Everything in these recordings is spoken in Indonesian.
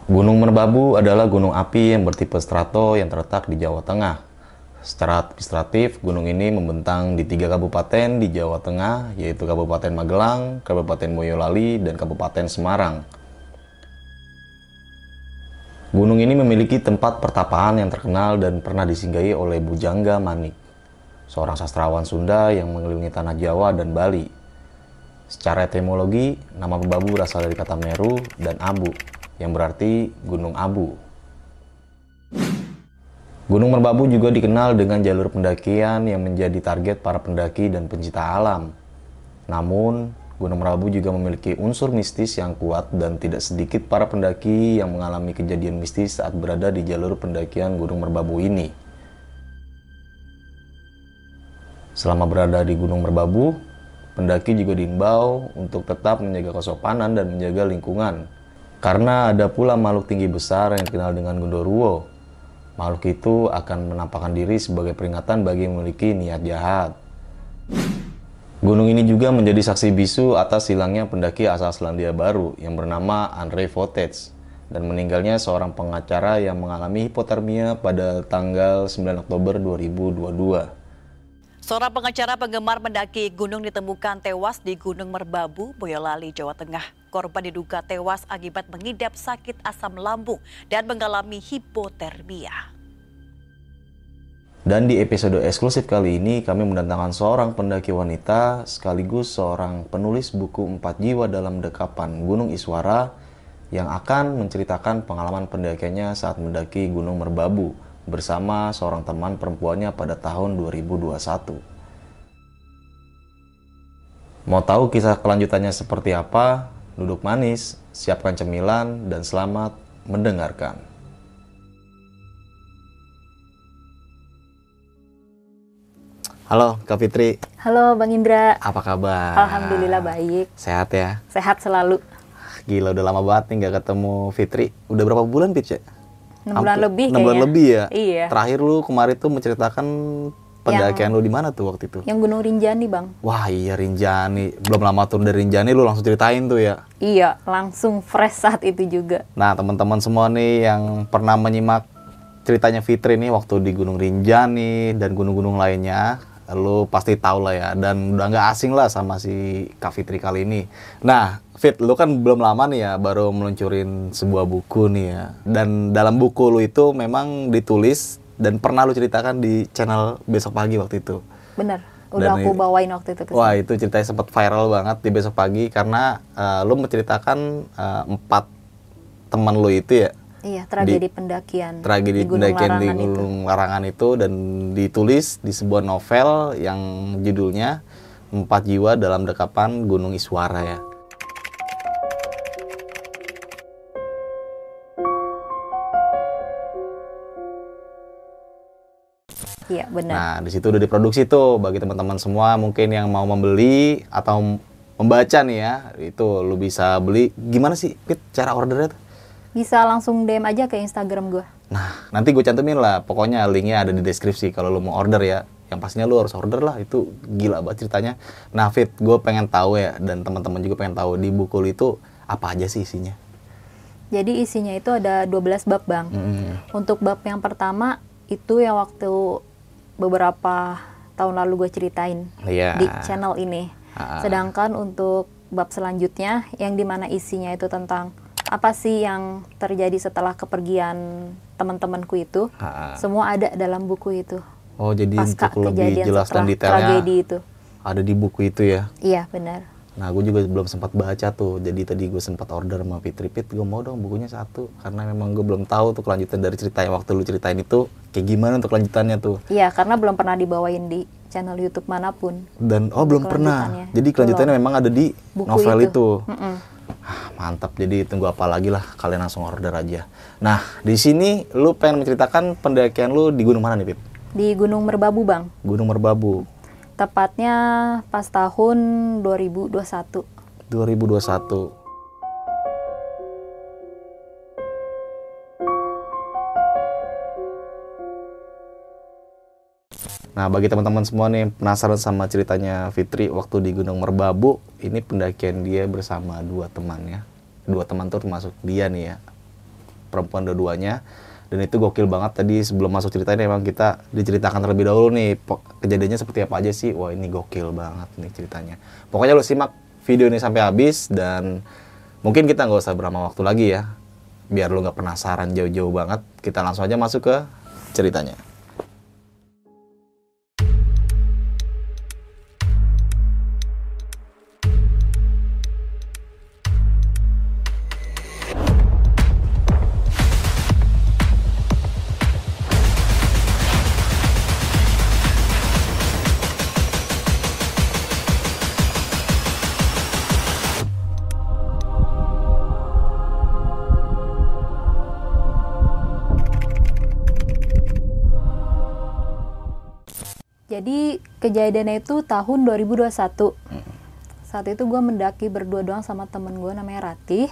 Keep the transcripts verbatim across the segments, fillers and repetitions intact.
Gunung Merbabu adalah gunung api yang bertipe strato yang terletak di Jawa Tengah. Secara administratif, gunung ini membentang di tiga kabupaten di Jawa Tengah, yaitu Kabupaten Magelang, Kabupaten Boyolali, dan Kabupaten Semarang. Gunung ini memiliki tempat pertapaan yang terkenal dan pernah disinggahi oleh Bujangga Manik, seorang sastrawan Sunda yang mengelilingi tanah Jawa dan Bali. Secara etimologi, nama Merbabu berasal dari kata Meru dan Abu, yang berarti Gunung Abu. Gunung Merbabu juga dikenal dengan jalur pendakian yang menjadi target para pendaki dan pencinta alam. Namun, Gunung Merbabu juga memiliki unsur mistis yang kuat dan tidak sedikit para pendaki yang mengalami kejadian mistis saat berada di jalur pendakian Gunung Merbabu ini. Selama berada di Gunung Merbabu, pendaki juga diimbau untuk tetap menjaga kesopanan dan menjaga lingkungan. Karena ada pula makhluk tinggi besar yang dikenal dengan Gondoruo. Makhluk itu akan menampakkan diri sebagai peringatan bagi yang memiliki niat jahat. Gunung ini juga menjadi saksi bisu atas hilangnya pendaki asal Selandia Baru yang bernama Andre Voltage dan meninggalnya seorang pengacara yang mengalami hipotermia pada tanggal sembilan Oktober dua ribu dua puluh dua. Seorang pengacara penggemar mendaki gunung ditemukan tewas di Gunung Merbabu, Boyolali, Jawa Tengah. Korban diduga tewas akibat mengidap sakit asam lambung dan mengalami hipotermia. Dan di episode eksklusif kali ini kami mendatangkan seorang pendaki wanita sekaligus seorang penulis buku Empat Jiwa dalam Dekapan Gunung Iswara yang akan menceritakan pengalaman pendakiannya saat mendaki Gunung Merbabu bersama seorang teman perempuannya pada tahun dua ribu dua puluh satu. Mau tahu kisah kelanjutannya seperti apa? Duduk manis, siapkan cemilan, dan selamat mendengarkan. Halo Kak Fitri. Halo Bang Indra. Apa kabar? Alhamdulillah baik. Sehat ya? Sehat selalu. Gila, udah lama banget nih nggak ketemu Fitri. Udah berapa bulan, Fit? enam bulan lebih enam bulan kayaknya. lebih ya? Iya. Terakhir lu kemarin tuh menceritakan pendakian Yang- lu di mana tuh waktu itu? Yang Gunung Rinjani, Bang. Wah iya, Rinjani. Belum lama turun dari Rinjani lu langsung ceritain tuh ya? Iya, langsung fresh saat itu juga. Nah teman-teman semua nih yang pernah menyimak ceritanya Fitri nih waktu di Gunung Rinjani dan gunung-gunung lainnya, lu pasti tahu lah ya, dan udah nggak asing lah sama si Kak Fitri kali ini. Nah Fit, lu kan belum lama nih ya baru meluncurin sebuah buku nih ya, dan dalam buku lu itu memang ditulis dan pernah lu ceritakan di channel Besok Pagi waktu itu. Bener, udah Dan aku i- bawain waktu itu ke Wah sini. itu ceritanya sempat viral banget di Besok Pagi karena uh, lu menceritakan uh, empat teman lu itu ya, Iya, tragedi pendakian tragedi di Gunung pendakian di Larangan itu. Gunung Larangan itu, dan ditulis di sebuah novel yang judulnya Empat Jiwa dalam Dekapan Gunung Iswara ya. Iya, benar. Nah di situ udah diproduksi tuh bagi teman-teman semua mungkin yang mau membeli atau membaca nih ya, itu lu bisa beli. Gimana sih Fit cara ordernya tuh? Bisa langsung D M aja ke Instagram gua. Nah, nanti gue cantumin lah. Pokoknya linknya ada di deskripsi kalau lo mau order ya. Yang pastinya lo harus order lah. Itu gila banget ceritanya. Nah, Fit, gue pengen tahu ya, dan teman-teman juga pengen tahu di buku lo itu apa aja sih isinya? Jadi isinya itu ada dua belas bab, Bang. Hmm. Untuk bab yang pertama itu yang waktu beberapa tahun lalu gue ceritain Iya. di channel ini. Ah. Sedangkan untuk bab selanjutnya yang dimana isinya itu tentang apa sih yang terjadi setelah kepergian teman-temanku itu, Ah. semua ada dalam buku itu. Oh, jadi Pasca untuk lebih kejadian jelas dan setelah detailnya tragedi itu. ada di buku itu ya. Iya, benar. Nah, gue juga belum sempat baca tuh. Jadi tadi gue sempat order sama Fitri, Fit, gue mau dong bukunya satu. Karena memang gue belum tahu tuh kelanjutan dari cerita yang waktu lu ceritain itu kayak gimana untuk kelanjutannya tuh. Iya, karena belum pernah dibawain di channel YouTube manapun. Dan oh belum pernah. Kelanjutannya. Jadi kelanjutannya Belum. memang ada di Buku novel itu. itu. Mm-mm. Ah, mantap. Jadi tunggu apa lagi lah, kalian langsung order aja. Nah, di sini lu pengen menceritakan pendakian lu di gunung mana nih, Pip? Di Gunung Merbabu, Bang. Gunung Merbabu Tepatnya pas tahun dua ribu dua puluh satu. dua ribu dua puluh satu. Nah, bagi teman-teman semua nih penasaran sama ceritanya Fitri waktu di Gunung Merbabu, ini pendakian dia bersama dua temannya. Dua teman tuh termasuk dia nih ya. perempuan dua-duanya. Dan itu gokil banget. Tadi sebelum masuk cerita ini memang kita diceritakan terlebih dahulu nih kejadiannya seperti apa aja sih. Wah ini gokil banget nih ceritanya. Pokoknya lo simak video ini sampai habis dan mungkin kita nggak usah berlama waktu lagi ya. Biar lo nggak penasaran jauh-jauh banget, kita langsung aja masuk ke ceritanya. Jadi kejadiannya itu tahun dua ribu dua puluh satu. Hmm. Saat itu gue mendaki berdua doang sama temen gue namanya Ratih.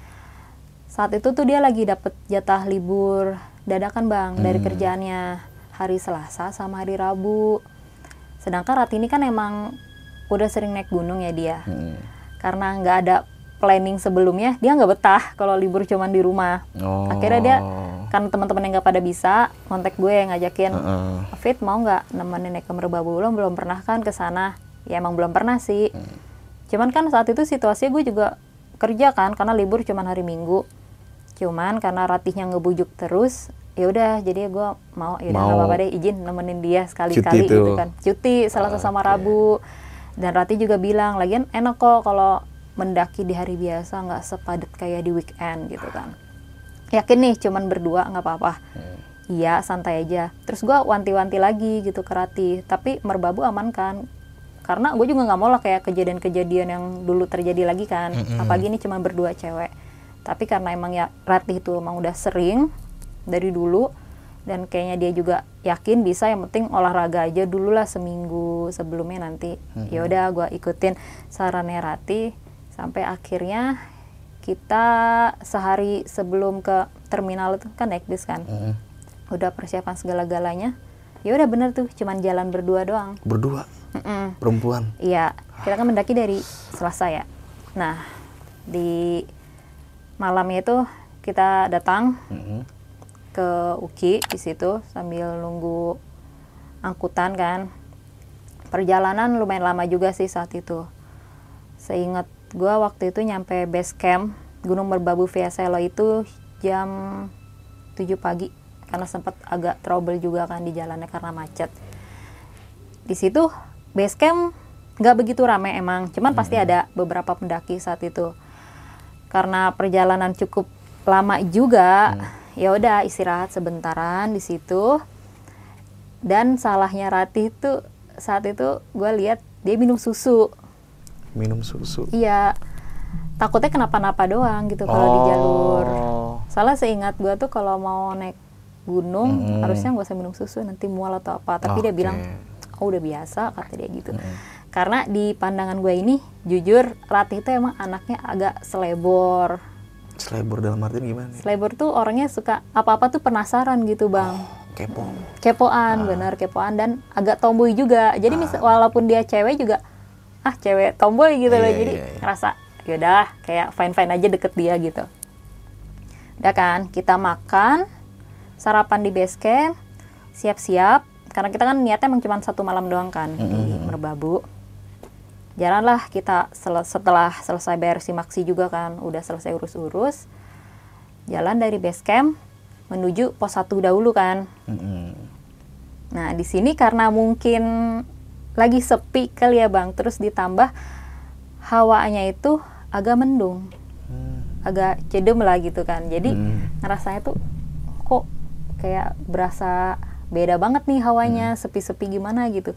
Saat itu tuh dia lagi dapet jatah libur dadakan bang hmm. dari kerjaannya hari Selasa sama hari Rabu. Sedangkan Ratih ini kan emang udah sering naik gunung ya dia. Hmm. Karena nggak ada planning sebelumnya, dia nggak betah kalau libur cuman di rumah. Oh. Akhirnya dia karena teman-teman yang nggak pada bisa kontak gue yang ngajakin, uh-uh. Fit mau nggak nemenin naik ke Merbabu? Belum belum pernah kan ke sana? Ya emang belum pernah sih. Hmm. Cuman kan saat itu situasinya gue juga kerja kan karena libur cuman hari Minggu. Cuman karena Ratihnya ngebujuk terus, ya udah jadi gue mau ya udah nggak apa-apa deh izin nemenin dia sekali-kali gitu kan. Cuti Selasa sama okay. Rabu. Dan Ratih juga bilang lagian enak kok kalau mendaki di hari biasa nggak sepadat kayak di weekend gitu kan. Yakin nih cuman berdua nggak apa-apa. Hmm. Iya santai aja. Terus gue wanti-wanti lagi gitu ke Ratih. Tapi Merbabu aman kan? Karena gue juga nggak mau lah kayak kejadian-kejadian yang dulu terjadi lagi kan. Mm-hmm. Apalagi ini cuma berdua cewek. Tapi karena emang ya Ratih itu emang udah sering dari dulu dan kayaknya dia juga yakin bisa. Yang penting olahraga aja dulu lah seminggu sebelumnya nanti. Mm-hmm. Ya udah gue ikutin sarannya Ratih sampai akhirnya kita sehari sebelum ke terminal itu kan naik bis kan, mm. udah persiapan segala-galanya. Ya udah bener tuh, cuman jalan berdua doang. Berdua? Mm-mm. Perempuan? Iya, kita kan mendaki dari Selasa ya. Nah, di malamnya itu kita datang mm-hmm. ke U K I di situ sambil nunggu angkutan kan. Perjalanan lumayan lama juga sih saat itu. Seingat gue waktu itu nyampe base camp Gunung Merbabu via Selo itu jam tujuh pagi karena sempat agak trouble juga kan di jalannya karena macet. Di situ base camp nggak begitu ramai emang, cuman hmm. pasti ada beberapa pendaki saat itu. Karena perjalanan cukup lama juga, hmm. ya udah istirahat sebentaran di situ. Dan salahnya Ratih itu saat itu gue lihat dia minum susu. Minum susu. Iya, takutnya kenapa-napa doang gitu kalau oh. di jalur. Salah seingat gue tuh kalau mau naik gunung mm. harusnya gak usah minum susu nanti mual atau apa. Tapi okay. dia bilang, oh udah biasa kata dia gitu. Mm. Karena di pandangan gue ini, jujur Ratih itu emang anaknya agak selebor. Selebor dalam artian gimana? Selebor tuh orangnya suka apa-apa tuh penasaran gitu bang. Oh, kepo. Kepoan, ah. bener kepoan dan agak tomboy juga. Jadi ah. mis- walaupun dia cewek juga ah cewek tomboy gitu loh, yeah, jadi yeah, yeah. ngerasa yaudah kayak fine-fine aja deket dia gitu. Udah kan, kita makan, sarapan di base camp, siap-siap, karena kita kan niatnya emang cuma satu malam doang kan mm-hmm. di Merbabu. Jalanlah kita sel- setelah selesai bayar simaksi juga kan, udah selesai urus-urus, jalan dari base camp menuju pos satu dahulu kan. Mm-hmm. Nah di sini karena mungkin lagi sepi kali ya bang, terus ditambah hawanya itu agak mendung, hmm. agak cedem lah gitu kan, jadi hmm. ngerasanya tuh kok kayak berasa beda banget nih hawanya, hmm. sepi-sepi gimana gitu,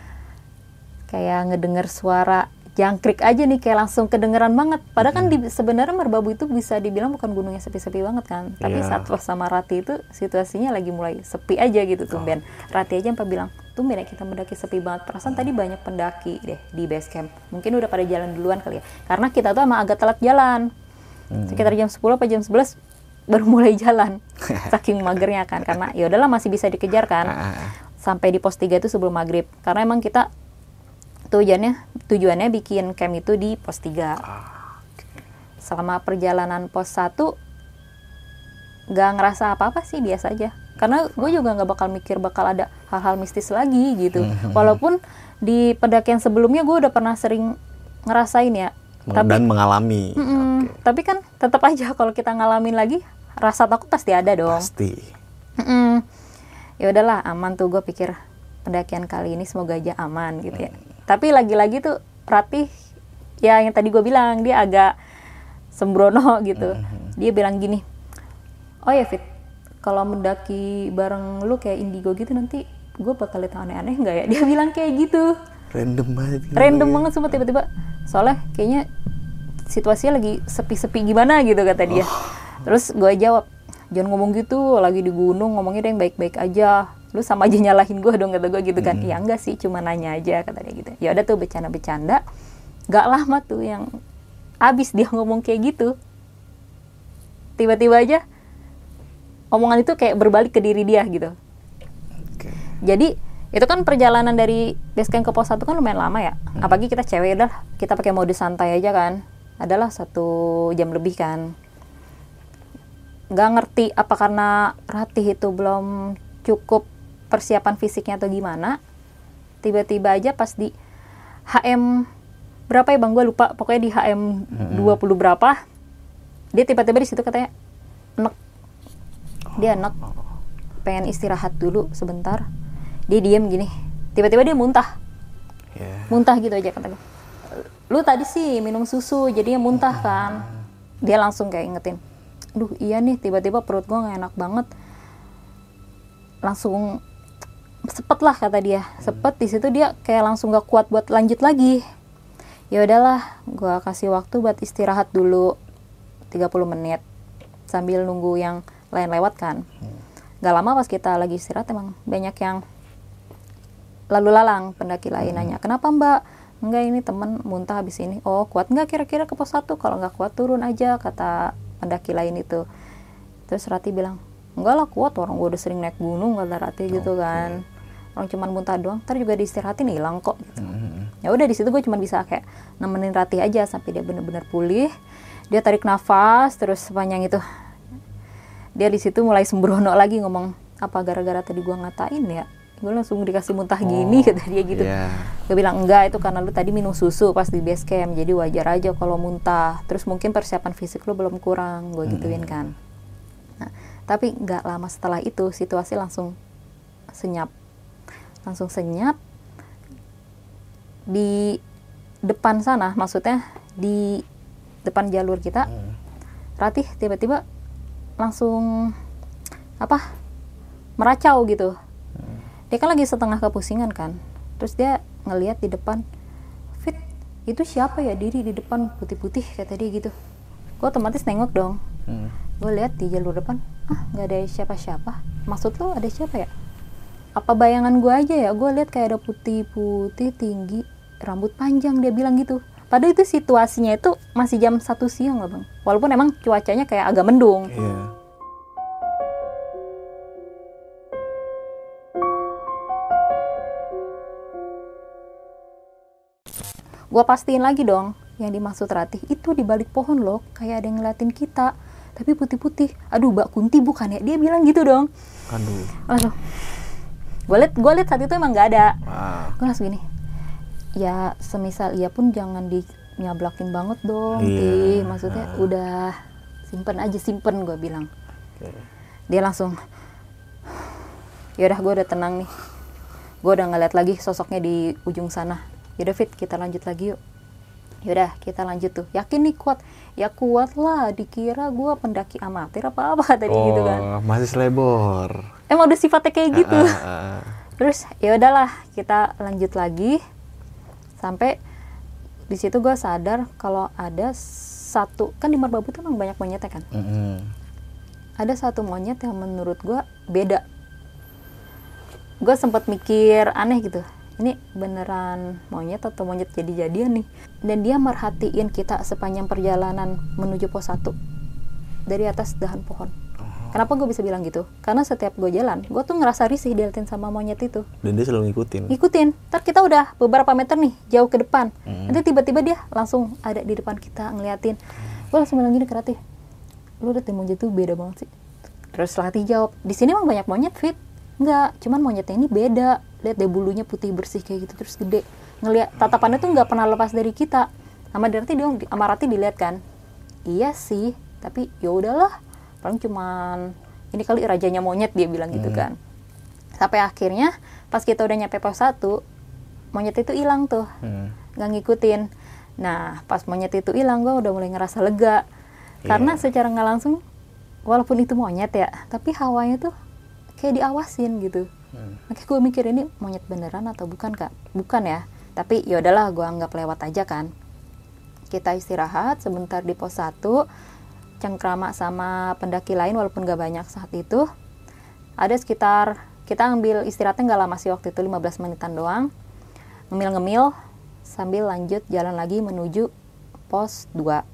kayak ngedenger suara jangkrik aja nih kayak langsung kedengeran banget. Padahal kan di, sebenarnya Merbabu itu bisa dibilang bukan gunungnya sepi-sepi banget kan. Tapi yeah. saat pas sama Ratih itu situasinya lagi mulai sepi aja gitu tumben. Oh. Ratih aja sampai bilang, tumben ya kita mendaki sepi banget. Perasaan tadi banyak pendaki deh di base camp. Mungkin udah pada jalan duluan kali ya. Karena kita tuh emang agak telat jalan. Hmm. Sekitar jam sepuluh atau jam sebelas baru mulai jalan. Saking magernya kan. Karena ya udahlah masih bisa dikejar kan. Sampai di pos tiga itu sebelum maghrib. Karena emang kita tujuannya tujuannya bikin camp itu di pos tiga. Ah, okay. Selama perjalanan pos satu nggak ngerasa apa-apa sih, biasa aja. Karena gue juga nggak bakal mikir bakal ada hal-hal mistis lagi gitu. Walaupun di pendakian sebelumnya gue udah pernah sering ngerasain ya. Dan tapi, mengalami. Okay. Tapi kan tetap aja kalau kita ngalamin lagi, rasa takut pasti ada dong. Pasti. Mm-mm. Ya udahlah, aman tuh, gue pikir pendakian kali ini semoga aja aman gitu ya. Mm. Tapi lagi-lagi tuh Ratih, ya yang tadi gue bilang, dia agak sembrono gitu. Mm-hmm. Dia bilang gini, oh ya Fit, kalau mendaki bareng lu kayak indigo gitu nanti gue bakal lihat aneh-aneh nggak ya? Dia bilang kayak gitu. Random banget. Random banget semua tiba-tiba. Soalnya kayaknya situasinya lagi sepi-sepi gimana gitu kata dia. Oh. Terus gue jawab, jangan ngomong gitu, lagi di gunung ngomongnya yang baik-baik aja. Lu sama aja nyalahin gue dong, kata gue gitu kan. Hmm. Ya enggak sih, cuma nanya aja, kata dia gitu. Ya udah tuh bercanda-bercanda. Gak lama tuh yang abis dia ngomong kayak gitu, tiba-tiba aja omongan itu kayak berbalik ke diri dia gitu. Okay. Jadi itu kan perjalanan dari base camp ke pos satu kan lumayan lama ya. Hmm. Apalagi kita cewek, udah kita pakai mode santai aja kan. Adalah satu jam lebih kan. Gak ngerti apa karena Ratih itu belum cukup persiapan fisiknya atau gimana, tiba-tiba aja pas di H M berapa ya bang, gue lupa, pokoknya di H M mm-hmm. dua puluh berapa, dia tiba-tiba di situ katanya enek, dia enek, pengen istirahat dulu sebentar, dia diem gini, tiba-tiba dia muntah, yeah. muntah gitu aja kata gue, lu tadi sih minum susu jadinya muntah kan, dia langsung kayak ingetin, aduh iya nih tiba-tiba perut gue nggak enak banget, langsung sepet lah kata dia, sepet. Di situ dia kayak langsung gak kuat buat lanjut lagi. Ya udahlah, gue kasih waktu buat istirahat dulu tiga puluh menit sambil nunggu yang lain lewat kan. Gak lama pas kita lagi istirahat emang banyak yang lalu lalang pendaki lain nanya, kenapa mbak? Enggak, ini temen muntah habis ini. Oh kuat nggak kira-kira ke pos satu? Kalau nggak kuat turun aja, kata pendaki lain itu. Terus Ratih bilang, enggak lah kuat, orang gue udah sering naik gunung, kata Ratih gitu okay. kan. Orang cuman muntah doang, ntar juga diistirahatin hilang kok gitu. Mm-hmm. Ya udah di situ gue cuma bisa kayak nemenin Ratih aja sampai dia bener-bener pulih. Dia tarik nafas terus sepanjang itu. Dia di situ mulai sembrono lagi ngomong, apa gara-gara tadi gue ngatain ya? Gue langsung dikasih muntah oh, gini kata dia gitu. Yeah. Gue bilang enggak, itu karena lu tadi minum susu pas di base camp, jadi wajar aja kalau muntah. Terus mungkin persiapan fisik lu belum kurang, gue mm-hmm. gituin kan. Nah, tapi nggak lama setelah itu situasi langsung senyap. Langsung senyap di depan sana, maksudnya di depan jalur kita. Hmm. Ratih tiba-tiba langsung apa meracau gitu. Hmm. Dia kan lagi setengah kepusingan kan. Terus dia ngelihat di depan, Fit, itu siapa ya diri di depan putih-putih, kata dia gitu. Gue otomatis nengok dong. Hmm. Gue lihat di jalur depan, ah nggak ada siapa-siapa. Maksud lo ada siapa ya? Apa bayangan gue aja ya? Gue lihat kayak ada putih-putih tinggi, rambut panjang, dia bilang gitu. Padahal itu situasinya itu masih jam satu siang lah bang. Walaupun emang cuacanya kayak agak mendung. Yeah. Gue pastiin lagi dong, yang dimaksud Ratih itu di balik pohon loh, kayak ada yang ngeliatin kita, tapi putih-putih. Aduh, Mbak Kunti bukan ya? Dia bilang gitu dong. Aduh. Langsung. Gue liat, gue liat saat itu emang nggak ada. Wow. Gue langsung gini, ya semisal iya pun jangan dinyablakin banget dong, yeah. Ti. Maksudnya nah. udah simpen aja, simpen, gue bilang. Okay. Dia langsung, yaudah gue udah tenang nih. Gue udah ngeliat lagi sosoknya di ujung sana. Yaudah Fit, kita lanjut lagi yuk. Yaudah kita lanjut tuh. Yakin nih kuat? Ya kuat lah, dikira gue pendaki amatir apa-apa tadi oh, gitu kan. Oh masih selebor. Emang udah sifatnya kayak gitu. Uh, uh, uh. Terus ya udahlah kita lanjut lagi sampai di situ gue sadar kalau ada satu, kan di Merbabu tuh emang banyak monyetnya kan. Mm-hmm. Ada satu monyet yang menurut gue beda. Gue sempat mikir aneh gitu. Ini beneran monyet atau monyet jadi-jadian nih. Dan dia merhatiin kita sepanjang perjalanan menuju pos satu dari atas dahan pohon. Oh. Kenapa gue bisa bilang gitu? Karena setiap gue jalan, gue tuh ngerasa risih diliatin sama monyet itu. Dan dia selalu ngikutin? Ngikutin. Ntar kita udah beberapa meter nih, jauh ke depan. Hmm. Nanti tiba-tiba dia langsung ada di depan kita ngeliatin. Gue langsung bilang gini ke Ratih, lu liat monyet itu beda banget sih. Terus Ratih jawab, di sini emang banyak monyet, Fit? Enggak, cuman monyetnya ini beda. Lihat deh bulunya putih bersih kayak gitu, terus gede. Ngelihat tatapannya tuh nggak pernah lepas dari kita. Sama Ratih dia, sama Ratih dilihat kan. Iya sih, tapi ya udahlah. Paling cuman ini kali rajanya monyet, dia bilang gitu Hmm. kan. Sampai akhirnya pas kita udah nyampe pos satu, monyet itu hilang tuh. Hmm. Nggak ngikutin. Nah, pas monyet itu hilang, gue udah mulai ngerasa lega. Karena Iya. secara nggak langsung, walaupun itu monyet ya, tapi hawanya tuh kayak diawasin gitu. Hmm. Makanya gue mikir ini monyet beneran atau bukan, Kak? Bukan ya. Tapi ya udahlah, gue anggap lewat aja kan. Kita istirahat sebentar di pos satu, cengkrama sama pendaki lain walaupun gak banyak saat itu. Ada sekitar, kita ambil istirahatnya gak lama sih waktu itu, lima belas menitan doang. Ngemil-ngemil sambil lanjut jalan lagi menuju pos dua.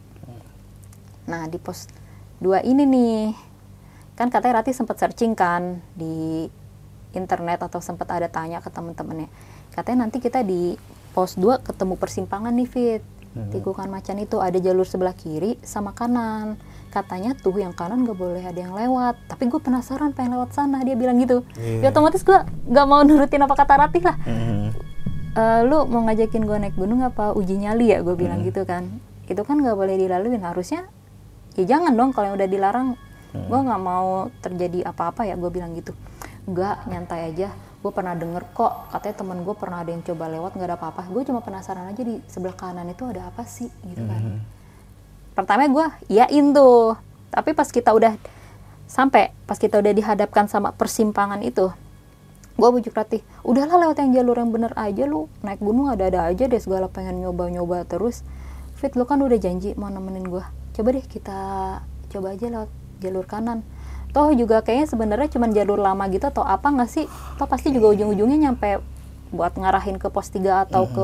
Nah di pos dua ini nih, kan katanya Ratih sempat searching kan di internet atau sempat ada tanya ke temen-temennya. Katanya nanti kita di pos dua ketemu persimpangan nih, Fit. Hmm. Tikungan macan itu ada jalur sebelah kiri sama kanan. Katanya tuh yang kanan gak boleh ada yang lewat. Tapi gue penasaran pengen lewat sana, dia bilang gitu. Iya. Ya otomatis gue gak mau nurutin apa kata Ratih lah. Hmm. E, lu mau ngajakin gue naik gunung apa uji nyali ya, gue bilang Hmm. gitu kan. Itu kan gak boleh dilaluin, harusnya ya jangan dong kalau yang udah dilarang. Hmm. Gue gak mau terjadi apa-apa ya, gue bilang gitu. Enggak, nyantai aja. Gue pernah denger kok, katanya temen gue pernah ada yang coba lewat gak ada apa-apa. Gue cuma penasaran aja di sebelah kanan itu ada apa sih gitu kan. Hmm. Pertama gue iyain tuh, tapi pas kita udah sampai, pas kita udah dihadapkan sama persimpangan itu, gue bujuk Ratih, udahlah lewat yang jalur yang bener aja, lu naik gunung ada-ada aja deh segala pengen nyoba-nyoba terus. Fit, lu kan udah janji mau nemenin gue, coba deh kita coba aja lewat jalur kanan. Toh juga kayaknya sebenarnya cuma jalur lama gitu atau apa nggak sih? Toh pasti juga ujung-ujungnya nyampe buat ngarahin ke pos tiga atau Mm-hmm. ke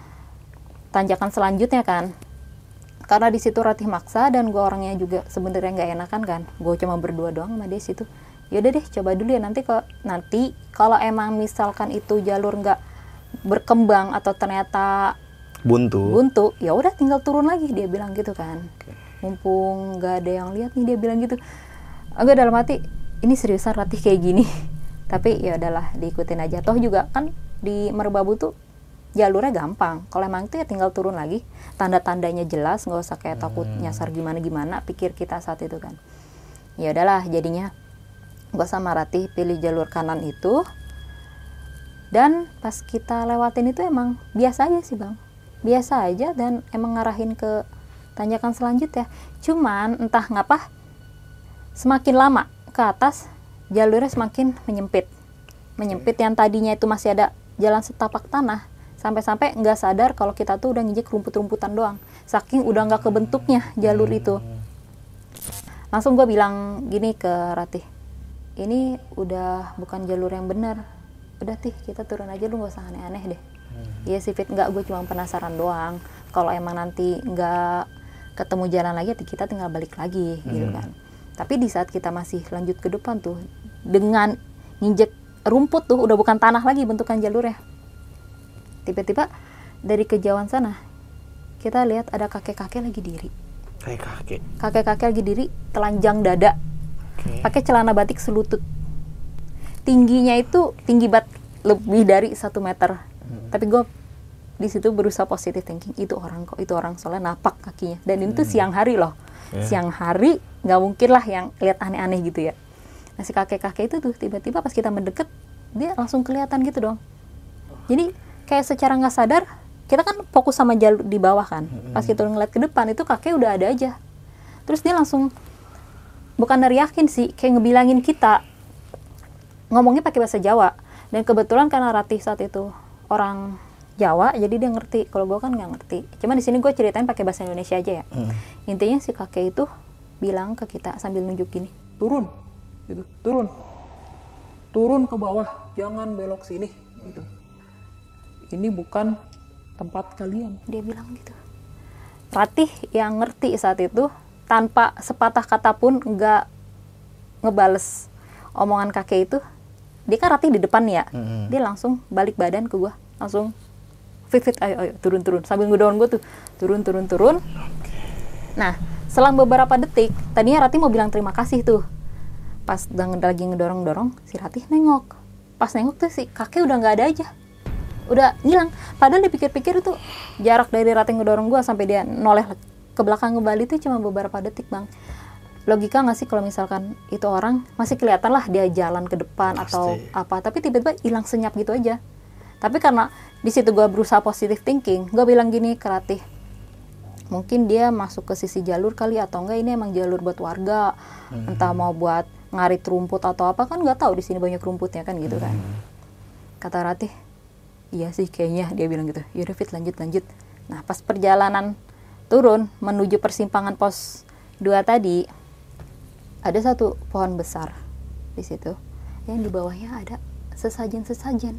tanjakan selanjutnya kan. Karena di situ Ratih maksa dan gue orangnya juga sebenarnya nggak enakan kan. Gue cuma berdua doang sama dia situ. Yaudah deh coba dulu ya, nanti kalau nanti kalau emang misalkan itu jalur nggak berkembang atau ternyata Buntu. buntu, ya udah tinggal turun lagi, dia bilang gitu kan. Oke. Mumpung nggak ada yang lihat nih, dia bilang gitu. Agak dalam hati, ini seriusan Ratih kayak gini. Tapi ya udahlah, diikutin aja. Toh juga kan di Merbabu tuh jalurnya gampang. Kalau emang itu ya tinggal turun lagi. Tanda-tandanya jelas, nggak usah kayak takut nyasar gimana-gimana. Pikir kita saat itu kan. Ya udahlah, jadinya gue sama Ratih pilih jalur kanan itu. Dan pas kita lewatin itu emang biasa aja sih bang. Biasa aja dan emang ngarahin ke tanjakan selanjutnya. Cuman entah ngapa semakin lama ke atas jalurnya semakin menyempit. Menyempit yang tadinya itu masih ada jalan setapak tanah. Sampai-sampai nggak sadar kalau kita tuh udah nginjek rumput-rumputan doang. Saking udah nggak kebentuknya jalur itu. Langsung gue bilang gini ke Ratih. Ini udah bukan jalur yang benar. Udah Tih, kita turun aja, lu nggak usah aneh-aneh deh. Iya sih Fit, nggak, gue cuma penasaran doang. Kalau emang nanti nggak ketemu jalan lagi, kita tinggal balik lagi gitu kan. Tapi di saat kita masih lanjut ke depan tuh, dengan nginjek rumput tuh, udah bukan tanah lagi bentukan jalurnya. Tiba-tiba dari kejauhan sana, kita lihat ada kakek-kakek lagi diri. Kakek-kakek. Kakek-kakek lagi diri, telanjang dada, Oke. pakai celana batik selutut. Tingginya itu tinggi banget, lebih dari satu meter. Hmm. Tapi gue di situ berusaha positive thinking, itu orang kok, itu orang, soalnya napak kakinya. Dan ini tuh Hmm. siang hari loh. Yeah. Siang hari nggak mungkin lah yang lihat aneh-aneh gitu ya. Nah si kakek-kakek itu tuh tiba-tiba pas kita mendekat, dia langsung kelihatan gitu dong. Jadi kayak secara nggak sadar, kita kan fokus sama jalur di bawah kan. Pas kita ngeliat ke depan, itu kakek udah ada aja. Terus dia langsung, bukan neriakin sih, kayak ngebilangin kita, ngomongnya pakai bahasa Jawa. Dan kebetulan karena Ratih saat itu orang Jawa, jadi dia ngerti. Kalau gue kan nggak ngerti. Cuma di sini gue ceritain pakai bahasa Indonesia aja ya. Hmm. Intinya si kakek itu bilang ke kita sambil nunjuk gini, turun, gitu, turun, turun ke bawah, jangan belok sini, gitu. Ini bukan tempat kalian, dia bilang gitu. Ratih yang ngerti saat itu tanpa sepatah kata pun nggak ngebales omongan kakek itu. Dia kan Ratih di depan ya, mm-hmm. Dia langsung balik badan ke gue, langsung fit fit ayo ayo turun turun sambil ngedorong gue tuh turun turun turun. Okay. Nah selang beberapa detik, tadinya Ratih mau bilang terima kasih tuh, Pas udah lagi ngedorong-dorong, si Ratih nengok. Pas nengok tuh si kakek udah nggak ada aja, udah ngilang. Padahal dipikir-pikir itu jarak dari Ratih ngedorong gue sampai dia noleh ke belakang kembali itu cuma beberapa detik bang. Logika nggak sih kalau misalkan itu orang masih kelihatan lah dia jalan ke depan Pasti. Atau apa, tapi tiba-tiba hilang senyap gitu aja. Tapi karena di situ gue berusaha positive thinking, gue bilang gini ke Ratih, mungkin dia masuk ke sisi jalur kali, atau enggak ini emang jalur buat warga, hmm. entah mau buat ngarit rumput atau apa, kan nggak tahu di sini banyak rumputnya kan gitu kan. Hmm. Kata Ratih, iya sih kayaknya, dia bilang gitu. Yaudah Fit, lanjut lanjut. Nah pas perjalanan turun menuju persimpangan pos dua tadi, ada satu pohon besar di situ yang di bawahnya ada sesajen-sesajen.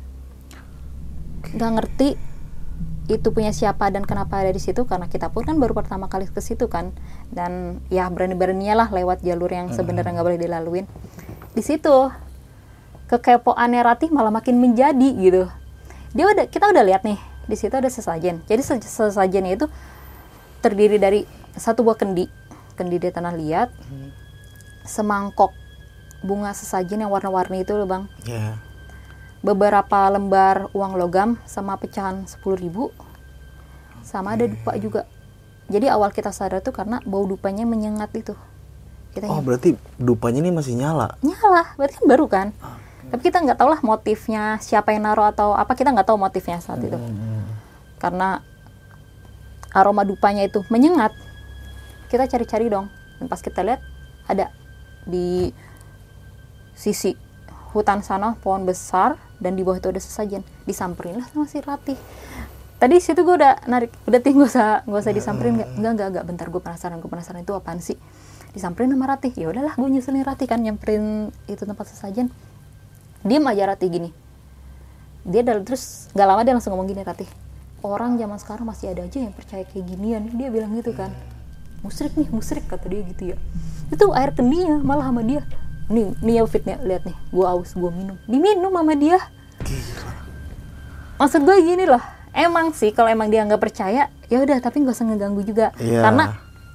Nggak ngerti itu punya siapa dan kenapa ada di situ, karena kita pun kan baru pertama kali ke situ kan, dan ya berani-beraninya lah lewat jalur yang sebenarnya nggak boleh dilaluin. Di situ kekepoannya Ratih malah makin menjadi gitu. Dia udah, kita udah lihat nih di situ ada sesajen. Jadi sesajennya itu terdiri dari satu buah kendi, kendi di tanah liat, semangkok bunga sesajen yang warna-warni itu loh bang. Yeah. Beberapa lembar uang logam sama pecahan sepuluh ribu, sama ada dupa juga. Jadi awal kita sadar tuh karena bau dupanya menyengat itu. Kita oh nyala. Berarti dupanya ini masih nyala? Nyala, berarti kan baru kan. Okay. Tapi kita nggak tahu lah motifnya, siapa yang naruh atau apa, kita nggak tahu motifnya saat itu. Hmm. Karena aroma dupanya itu menyengat, kita cari-cari dong. Dan pas kita lihat ada di sisi hutan sana pohon besar, dan di bawah itu ada sesajen. Disamperin lah sama si Ratih. Tadi situ gue udah narik, udah tinggal gak usah gak usah disamperin, nggak nggak nggak nggak bentar, gue penasaran gue penasaran itu apaan sih. Disamperin sama Ratih, ya udahlah gue nyusulin Ratih kan, nyamperin itu tempat sesajen. Diem aja Ratih gini, dia dalam terus nggak lama dia langsung ngomong gini, Ratih, orang zaman sekarang masih ada aja yang percaya kayak ginian, dia bilang gitu kan. Musrik nih, musrik kata dia gitu ya. Itu air kendinya malah sama dia. Nih, nih ya Fit nih, lihat nih, gue aus, gue minum, diminum sama dia. Gila. Maksud gue gini loh, emang sih kalau emang dia nggak percaya, ya udah, tapi nggak usah ngeganggu juga. Yeah. Karena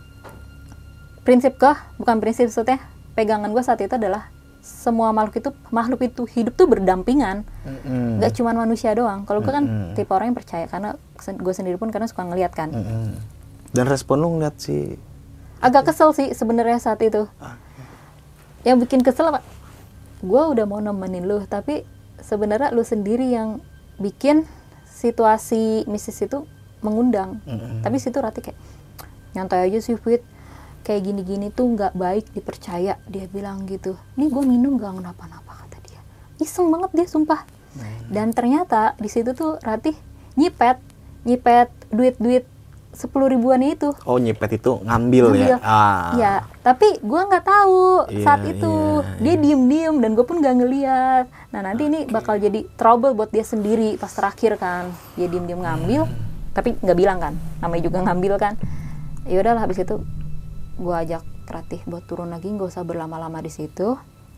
prinsip gue, bukan prinsip maksudnya, pegangan gue saat itu adalah semua makhluk itu, makhluk itu hidup tuh berdampingan, mm-hmm. nggak cuma manusia doang. Kalau gue kan mm-hmm. tipe orang yang percaya, karena gue sendiri pun karena suka ngeliat kan. Mm-hmm. Dan respon lu ngeliat sih? Agak kesel sih sebenarnya saat itu. Ah. Yang bikin kesel apa? Gue udah mau nemenin lu, tapi sebenarnya lu sendiri yang bikin situasi misis itu mengundang. Mm-hmm. Tapi situ Ratih kayak nyantai aja sih Fit, kayak gini-gini tuh nggak baik dipercaya, dia bilang gitu. Nih gue minum gak kenapa-napa kata dia. Iseng banget dia sumpah. Mm-hmm. Dan ternyata di situ tuh Ratih nyipet, nyipet duit-duit sepuluh ribuan itu. Oh nyipet itu ngambil, ngambil. ya? Ah. Ya, tapi gue nggak tahu yeah, saat itu yeah, dia yeah. diem-diem dan gue pun nggak ngeliat. Nah nanti okay. ini bakal jadi trouble buat dia sendiri pas terakhir kan, dia diem-diem ngambil, hmm. tapi nggak bilang kan, namanya juga ngambil kan. Ya udahlah, habis itu gue ajak Ratih buat turun lagi, nggak usah berlama-lama di situ.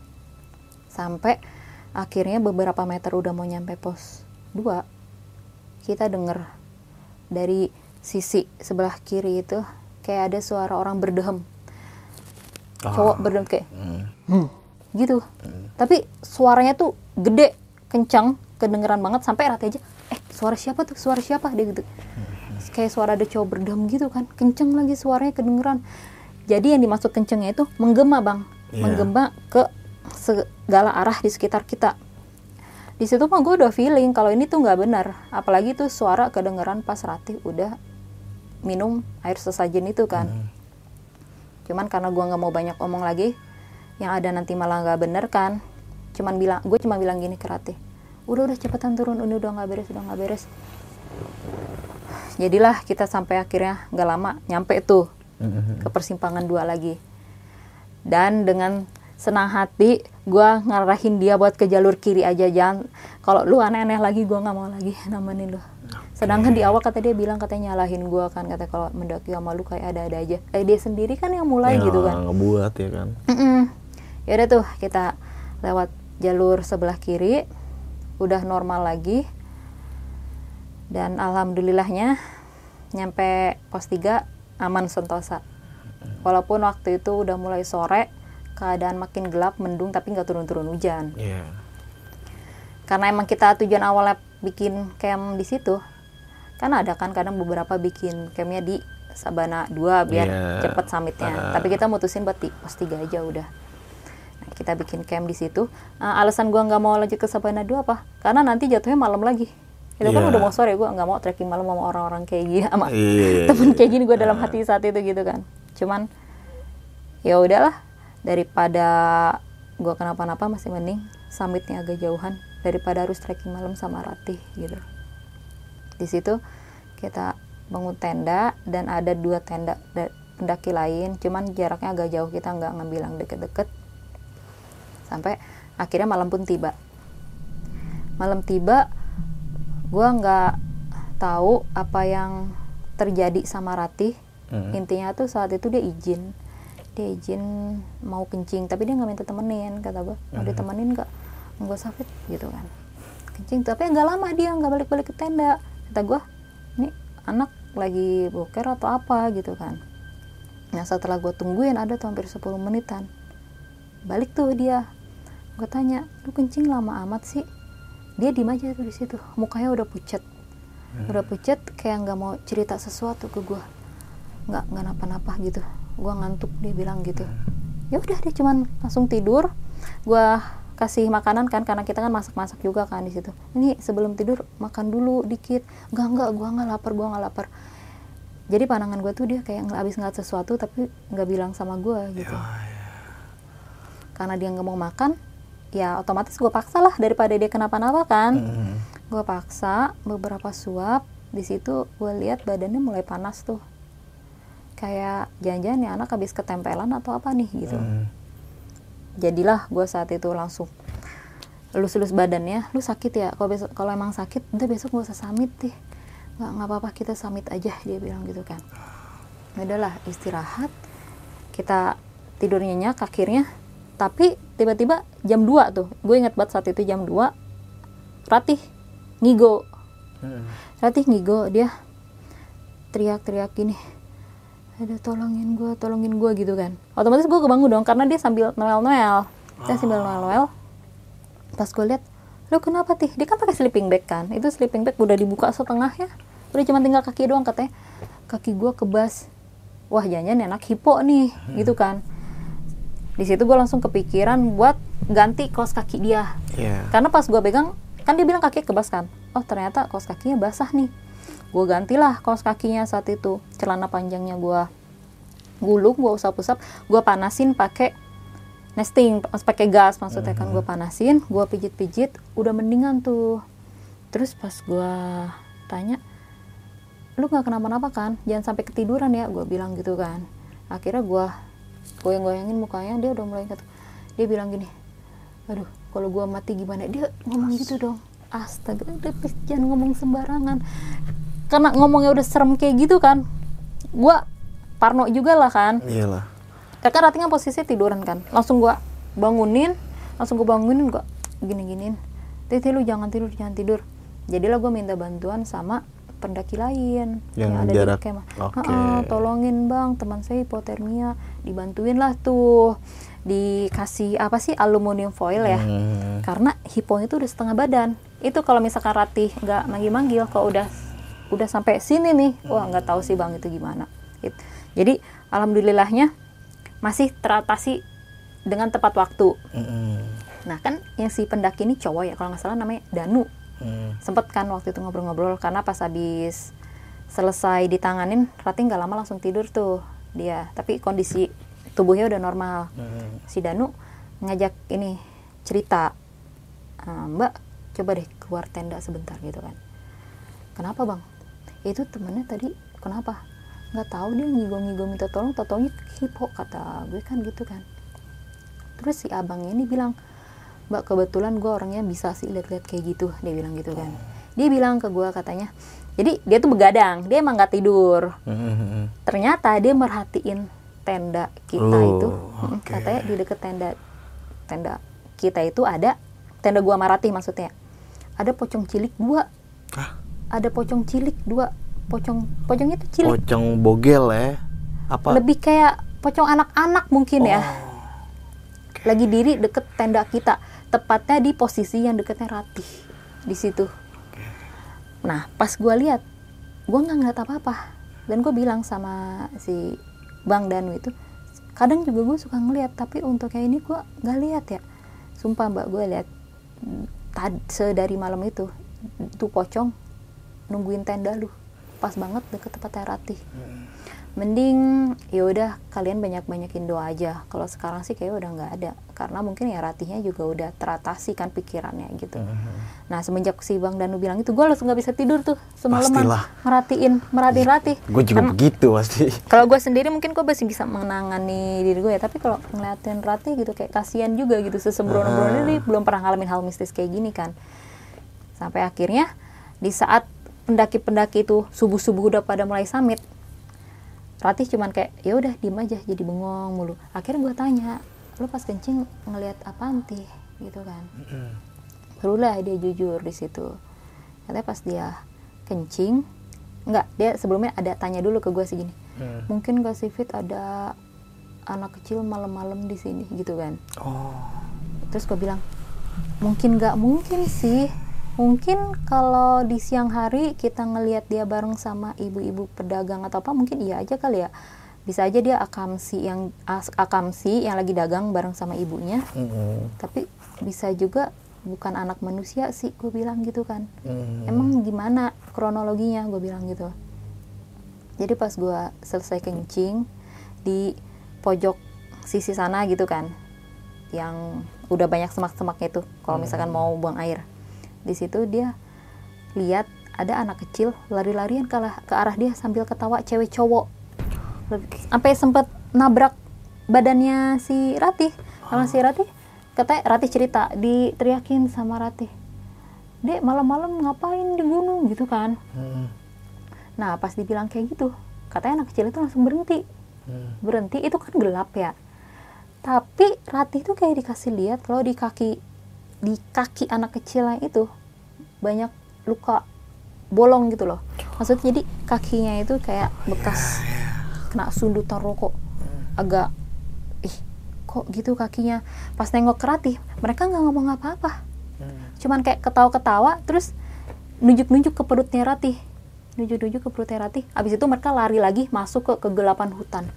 Sampai akhirnya beberapa meter udah mau nyampe pos dua, kita denger dari sisi sebelah kiri itu kayak ada suara orang berdehem, oh. cowok berdehem kayak mm. hmm, gitu. Mm. Tapi suaranya tuh gede, kencang, kedengeran banget sampai Ratih aja, eh suara siapa tuh, suara siapa dia gitu. Mm. Kayak suara ada cowok berdehem gitu kan, kencang lagi suaranya kedengeran. Jadi yang dimaksud kencangnya itu menggema bang, yeah. menggema ke segala arah di sekitar kita. Di situ mah gue udah feeling kalau ini tuh nggak benar, apalagi tuh suara kedengeran pas Ratih udah minum air sesajen itu kan. Hmm. Cuman karena gue nggak mau banyak omong lagi, yang ada nanti malah nggak bener kan. Cuman bilang, gue cuma bilang gini ke Ratih, udah udah cepetan turun, ini udah nggak beres, udah nggak beres. Jadilah kita sampai akhirnya nggak lama nyampe tuh hmm. ke persimpangan dua lagi. Dan dengan senang hati gue ngarahin dia buat ke jalur kiri aja, jangan kalau lu aneh-aneh lagi gue nggak mau lagi nemenin lu. Sedangkan di awal kata dia bilang katanya nyalahin gue kan, kata kalau mendaki sama lu kayak ada-ada aja. Eh dia sendiri kan yang mulai ya, gitu kan. Ngebuat ya kan. Ya udah tuh kita lewat jalur sebelah kiri, udah normal lagi. Dan alhamdulillahnya nyampe pos tiga aman sentosa. Walaupun waktu itu udah mulai sore, keadaan makin gelap, mendung, tapi nggak turun-turun hujan. Iya. Karena emang kita tujuan awalnya bikin camp di situ, kan ada kan kadang beberapa bikin campnya di Sabana dua biar Yeah. cepet summitnya. Uh. Tapi kita mutusin buat di pos tiga aja udah. Nah, kita bikin camp di situ. Uh, alasan gua nggak mau lanjut ke Sabana dua apa? Karena nanti jatuhnya malam lagi. Itu kan Yeah. udah mau sore, gua nggak mau trekking malam sama orang-orang kayak gini, sama Iya. temen kayak gini gua dalam hati saat itu gitu kan. Cuman ya udahlah, daripada gua kenapa-napa masih mending summitnya agak jauhan daripada harus trekking malam sama Ratih gitu. Di situ kita bangun tenda dan ada dua tenda da- pendaki lain, cuman jaraknya agak jauh, kita nggak ngambil yang deket-deket. Sampai akhirnya malam pun tiba. Malam tiba, gue nggak tahu apa yang terjadi sama Ratih. Hmm. Intinya tuh saat itu dia izin, dia izin mau kencing, tapi dia nggak minta temenin. Kata gue, mau ditemenin nggak? Nggak sakit gitu kan. Kencing, tapi nggak lama dia nggak balik-balik ke tenda. Kata gue, ini anak lagi boker atau apa gitu kan. Nah setelah gue tungguin ada tuh hampir sepuluh menitan, balik tuh dia. Gue tanya, lu kencing lama amat sih? Dia diem aja tuh di situ, mukanya udah pucet, hmm. udah pucet kayak nggak mau cerita sesuatu ke gue, nggak nggak napa-napa gitu. Gue ngantuk, dia bilang gitu. Ya udah dia cuman langsung tidur. Gue kasih makanan kan, karena kita kan masak-masak juga kan di situ. Ini sebelum tidur makan dulu dikit. Enggak enggak, gue nggak lapar, gue nggak lapar. Jadi pandangan gue tuh dia kayak nggak habis ngeliat sesuatu tapi nggak bilang sama gue gitu. Ya, ya. Karena dia nggak mau makan, ya otomatis gue paksa lah daripada dia kenapa-napa kan. Mm-hmm. Gue paksa beberapa suap. Di situ gue lihat badannya mulai panas tuh. Kayak jangan-jangan nih anak habis ketempelan atau apa nih gitu. Mm. Jadilah gue saat itu langsung elus-elus badannya. Lu sakit ya? Kalau besok, kalau emang sakit, udah besok gak usah summit deh. Nggak nggak apa-apa, kita summit aja, dia bilang gitu kan. Udahlah istirahat. Kita tidur nyenyak akhirnya. Tapi tiba-tiba jam dua tuh, gue ingat banget saat itu jam dua, Ratih ngigo. Hmm. Ratih ngigo, dia teriak-teriak gini, aduh tolongin gue, tolongin gue gitu kan. Otomatis gue kebangun dong, karena dia sambil noel-noel. Dia sambil noel-noel. Pas gue lihat, lo kenapa Tih? Dia kan pakai sleeping bag kan. Itu sleeping bag udah dibuka setengahnya. Udah cuma tinggal kaki doang katanya. Kaki gue kebas. Wah jangan-jangan enak hipo nih, hmm. gitu kan. Di situ gue langsung kepikiran buat ganti kaos kaki dia. Yeah. Karena pas gue pegang, kan dia bilang kaki kebas kan. Oh ternyata kaos kakinya basah nih. Gue gantilah kaos kakinya saat itu. Celana panjangnya gue gulung, gue usap-usap, gue panasin pakai nesting, pakai gas maksudnya kan. Gue panasin, gue pijit-pijit, udah mendingan tuh. Terus pas gue tanya, lu nggak kenapa-napa kan? Jangan sampai ketiduran ya, gue bilang gitu kan. Akhirnya gue goyang-goyangin mukanya, dia udah mulai kata, dia bilang gini, aduh kalau gue mati gimana? Dia ngomong gitu dong. Astaga, jangan ngomong sembarangan. Karena ngomongnya udah serem kayak gitu kan, gue parno juga lah kan. Iyalah. Kakak Ratih kan posisi tiduran kan, langsung gue bangunin, langsung gue bangunin, gue gini-giniin, Titi lu jangan tidur, jangan tidur. Jadilah gue minta bantuan sama pendaki lain yang, yang ada jarak. Di kemah. Okay. Tolongin bang, teman saya hipotermia, dibantuin lah tuh, dikasih apa sih aluminium foil ya, hmm. karena hipo itu udah setengah badan. Itu kalau misalkan Ratih nggak manggil-manggil, kalau udah udah sampai sini nih, wah nggak tahu sih bang itu gimana. Gitu. Jadi alhamdulillahnya masih teratasi dengan tepat waktu. Mm-hmm. Nah kan yang si pendaki ini cowok ya, kalau nggak salah namanya Danu. Mm. Sempet kan waktu itu ngobrol-ngobrol, karena pas habis selesai ditanganin, Ratih nggak lama langsung tidur tuh dia. Tapi kondisi tubuhnya udah normal. Mm. Si Danu ngajak ini cerita, Mbak coba deh keluar tenda sebentar gitu kan. Kenapa bang? Itu temennya tadi kenapa? Nggak tahu, dia ngigo-ngigo minta tolong, tau-taunya hipo, kata gue kan gitu kan. Terus si abangnya ini bilang, Mbak kebetulan gue orangnya bisa sih lihat-lihat kayak gitu, dia bilang gitu kan. Dia bilang ke gue katanya, jadi dia tuh begadang, dia emang nggak tidur. Ternyata dia merhatiin tenda kita oh, itu, okay. katanya di deket tenda tenda kita itu ada tenda gua sama Ratih maksudnya, ada pocong cilik dua. Hah? Ada pocong cilik dua, pocong pocong itu cilik. Pocong bogel ya? Apa? Lebih kayak pocong anak-anak mungkin oh. ya. lagi diri deket tenda kita, tepatnya di posisi yang deketnya Ratih di situ. Nah pas gue lihat, gue nggak ngeliat apa-apa, dan gue bilang sama si Bang Danu itu, kadang juga gue suka ngeliat, tapi untuk kayak ini gue nggak lihat ya. Sumpah mbak, gue lihat tad sedari malam itu tuh pocong nungguin tenda lu, pas banget deket tempatnya Ratih. Mending ya udah kalian banyak-banyakin doa aja. Kalau sekarang sih kayak udah nggak ada, karena mungkin ya Ratihnya juga udah teratasi kan pikirannya gitu. Uh-huh. Nah semenjak si Bang Danu bilang itu, gue langsung nggak bisa tidur tuh semalaman merhatiin merhatiin Ratih. Gue juga karena begitu pasti. Kalau gue sendiri mungkin gue masih bisa menangani diri gue ya, tapi kalau ngeliatin Ratih gitu kayak kasihan juga gitu, sesembrono-sembrono uh-huh. Ini belum pernah ngalamin hal mistis kayak gini kan. Sampai akhirnya di saat pendaki-pendaki itu subuh-subuh udah pada mulai summit, Ratih cuman kayak ya udah diem aja, jadi bengong mulu. Akhirnya gue tanya, lu pas kencing ngelihat apaan Tih gitu kan. Mm-hmm. Barulah dia jujur di situ. Katanya pas dia kencing, enggak, dia sebelumnya ada tanya dulu ke gue segini. Mm. Mungkin gak sih Fit ada anak kecil malam-malam di sini gitu kan. Oh. Terus gue bilang, mungkin gak mungkin sih. Mungkin kalau di siang hari kita ngelihat dia bareng sama ibu-ibu pedagang atau apa, mungkin iya aja kali ya. Bisa aja dia akamsi yang akamsi yang lagi dagang bareng sama ibunya. Mm-hmm. Tapi bisa juga bukan anak manusia sih, gue bilang gitu kan. Mm-hmm. Emang gimana kronologinya, gue bilang gitu. Jadi pas gue selesai kencing di pojok sisi sana gitu kan, yang udah banyak semak-semaknya itu kalau misalkan mm-hmm. mau buang air. Di situ dia lihat ada anak kecil lari-larian ke, ke arah dia sambil ketawa, cewek cowok, sampai sempat nabrak badannya si Ratih. Sama si Ratih, katanya Ratih cerita diteriakin sama Ratih, Dek malam-malam ngapain di gunung gitu kan. hmm. Nah pas dibilang kayak gitu, katanya anak kecil itu langsung berhenti. hmm. Berhenti, itu kan gelap ya, tapi Ratih tuh kayak dikasih lihat kalau di kaki di kaki anak kecilnya itu banyak luka bolong gitu loh. Maksudnya jadi kakinya itu kayak bekas kena sundutan rokok. Agak ih kok gitu kakinya. Pas nengok ke Ratih, mereka nggak ngomong apa-apa. Cuman kayak ketawa-ketawa, terus nunjuk-nunjuk ke perutnya Ratih. Nunjuk-nunjuk ke perutnya Ratih. Abis itu mereka lari lagi masuk ke kegelapan hutan.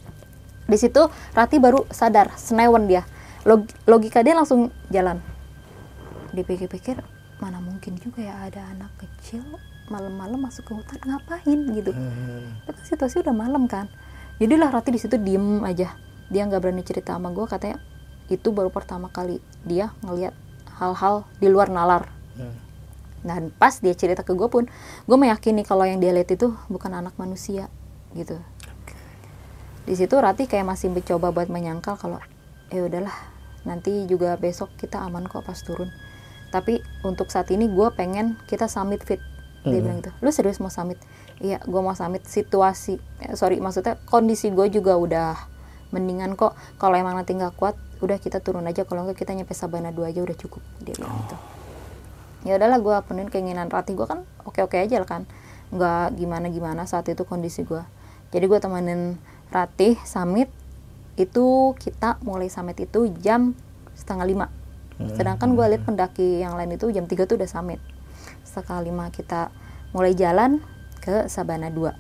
Di situ Ratih baru sadar, senewan dia. Log- logika dia langsung jalan. Dipikir-pikir, mana mungkin juga ya ada anak kecil malam-malam masuk ke hutan ngapain gitu. Hmm. Tapi situasi udah malam kan. Jadilah Ratih di situ diem aja. Dia nggak berani cerita sama gue, katanya itu baru pertama kali dia ngelihat hal-hal di luar nalar. Hmm. Dan pas dia cerita ke gue pun, gue meyakini kalau yang dia lihat itu bukan anak manusia gitu. Okay. Di situ Ratih kayak masih mencoba buat menyangkal kalau ya udahlah, nanti juga besok kita aman kok pas turun. Tapi untuk saat ini gue pengen kita summit Fit. Dia hmm. bilang gitu. Lu serius mau summit? Iya, gue mau summit. Situasi, eh, sorry maksudnya kondisi gue juga udah mendingan kok. Kalau emang nanti nggak kuat, udah kita turun aja. Kalau nggak kita nyampe Sabana dua aja udah cukup. Dia bilang oh. gitu. Ya udahlah, gue penuhin keinginan Ratih. Gue kan oke-oke aja lah kan. Nggak gimana-gimana saat itu kondisi gue. Jadi gue temenin Ratih summit. Itu kita mulai summit itu jam setengah lima. Sedangkan gue lihat pendaki yang lain itu jam tiga tuh udah summit. Setengah lima kita mulai jalan ke Sabana dua.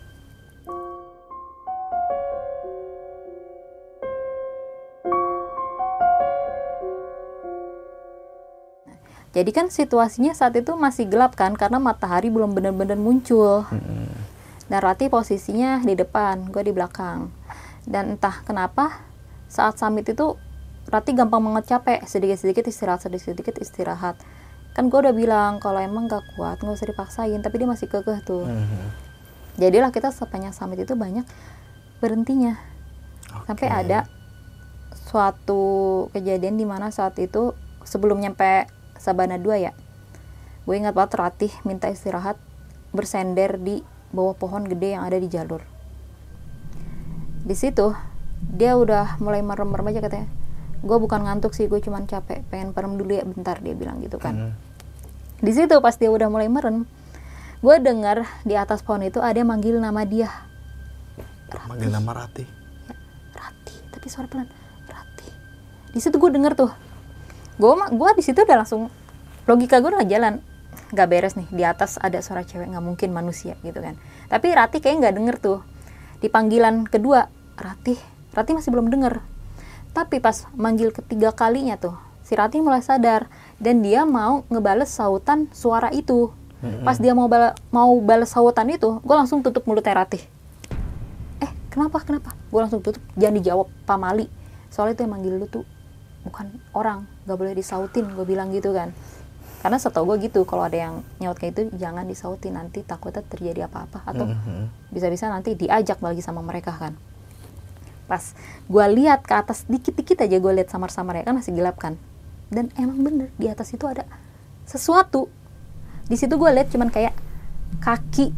Jadi kan situasinya saat itu masih gelap kan, karena matahari belum benar-benar muncul. Dan Ratih posisinya di depan, gue di belakang. Dan entah kenapa saat summit itu Ratih gampang banget capek, sedikit-sedikit istirahat, sedikit-sedikit istirahat. Kan gue udah bilang kalau emang gak kuat gak usah dipaksain, tapi dia masih kekeh tuh. Mm-hmm. Jadilah kita sepanjang summit itu banyak berhentinya. Okay. Sampai ada suatu kejadian di mana saat itu sebelum nyampe Sabana dua ya, gue ingat banget Ratih minta istirahat bersender di bawah pohon gede yang ada di jalur. Di situ dia udah mulai merem-merem aja katanya. Gue bukan ngantuk sih, gue cuman capek, pengen merem dulu ya bentar, dia bilang gitu kan. Hmm. Di situ pas dia udah mulai merem, gue dengar di atas pohon itu ada yang manggil nama dia. Ratih. Manggil nama Ratih. Ya, Ratih, tapi suara pelan. Ratih. Di situ gue denger tuh, gue gue di situ udah langsung logika gue udah jalan, nggak beres nih, di atas ada suara cewek, nggak mungkin manusia gitu kan. Tapi Ratih kayaknya nggak denger tuh. Di panggilan kedua, Ratih Ratih masih belum denger. Tapi pas manggil ketiga kalinya tuh, si Ratih mulai sadar dan dia mau ngebales sautan suara itu. Mm-hmm. Pas dia mau bala, mau bales sautan itu, gue langsung tutup mulutnya Ratih. Eh kenapa kenapa? Gue langsung tutup, jangan dijawab Pak Mali. Soalnya itu yang manggil lu tuh bukan orang, nggak boleh disautin, gue bilang gitu kan. Karena setahu gue gitu, kalau ada yang nyaut kayak itu jangan disautin, nanti takutnya terjadi apa-apa atau mm-hmm. bisa-bisa nanti diajak lagi sama mereka kan. Pas gue lihat ke atas dikit-dikit aja, gue lihat samar-samar ya kan, masih gelap kan, dan emang bener di atas itu ada sesuatu. Di situ gue lihat cuman kayak kaki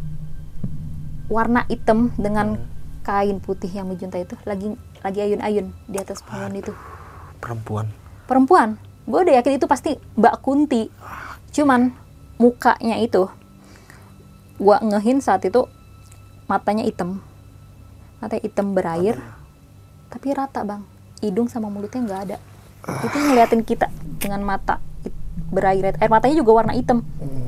warna hitam dengan kain putih yang menjuntai itu lagi lagi ayun-ayun di atas pohon itu. Perempuan. Perempuan. Gue udah yakin itu pasti Mbak Kunti. Cuman mukanya itu, gue ngehin saat itu matanya hitam, matanya hitam berair, tapi rata bang, hidung sama mulutnya nggak ada. Itu ngeliatin kita dengan mata berair, air matanya juga warna hitam.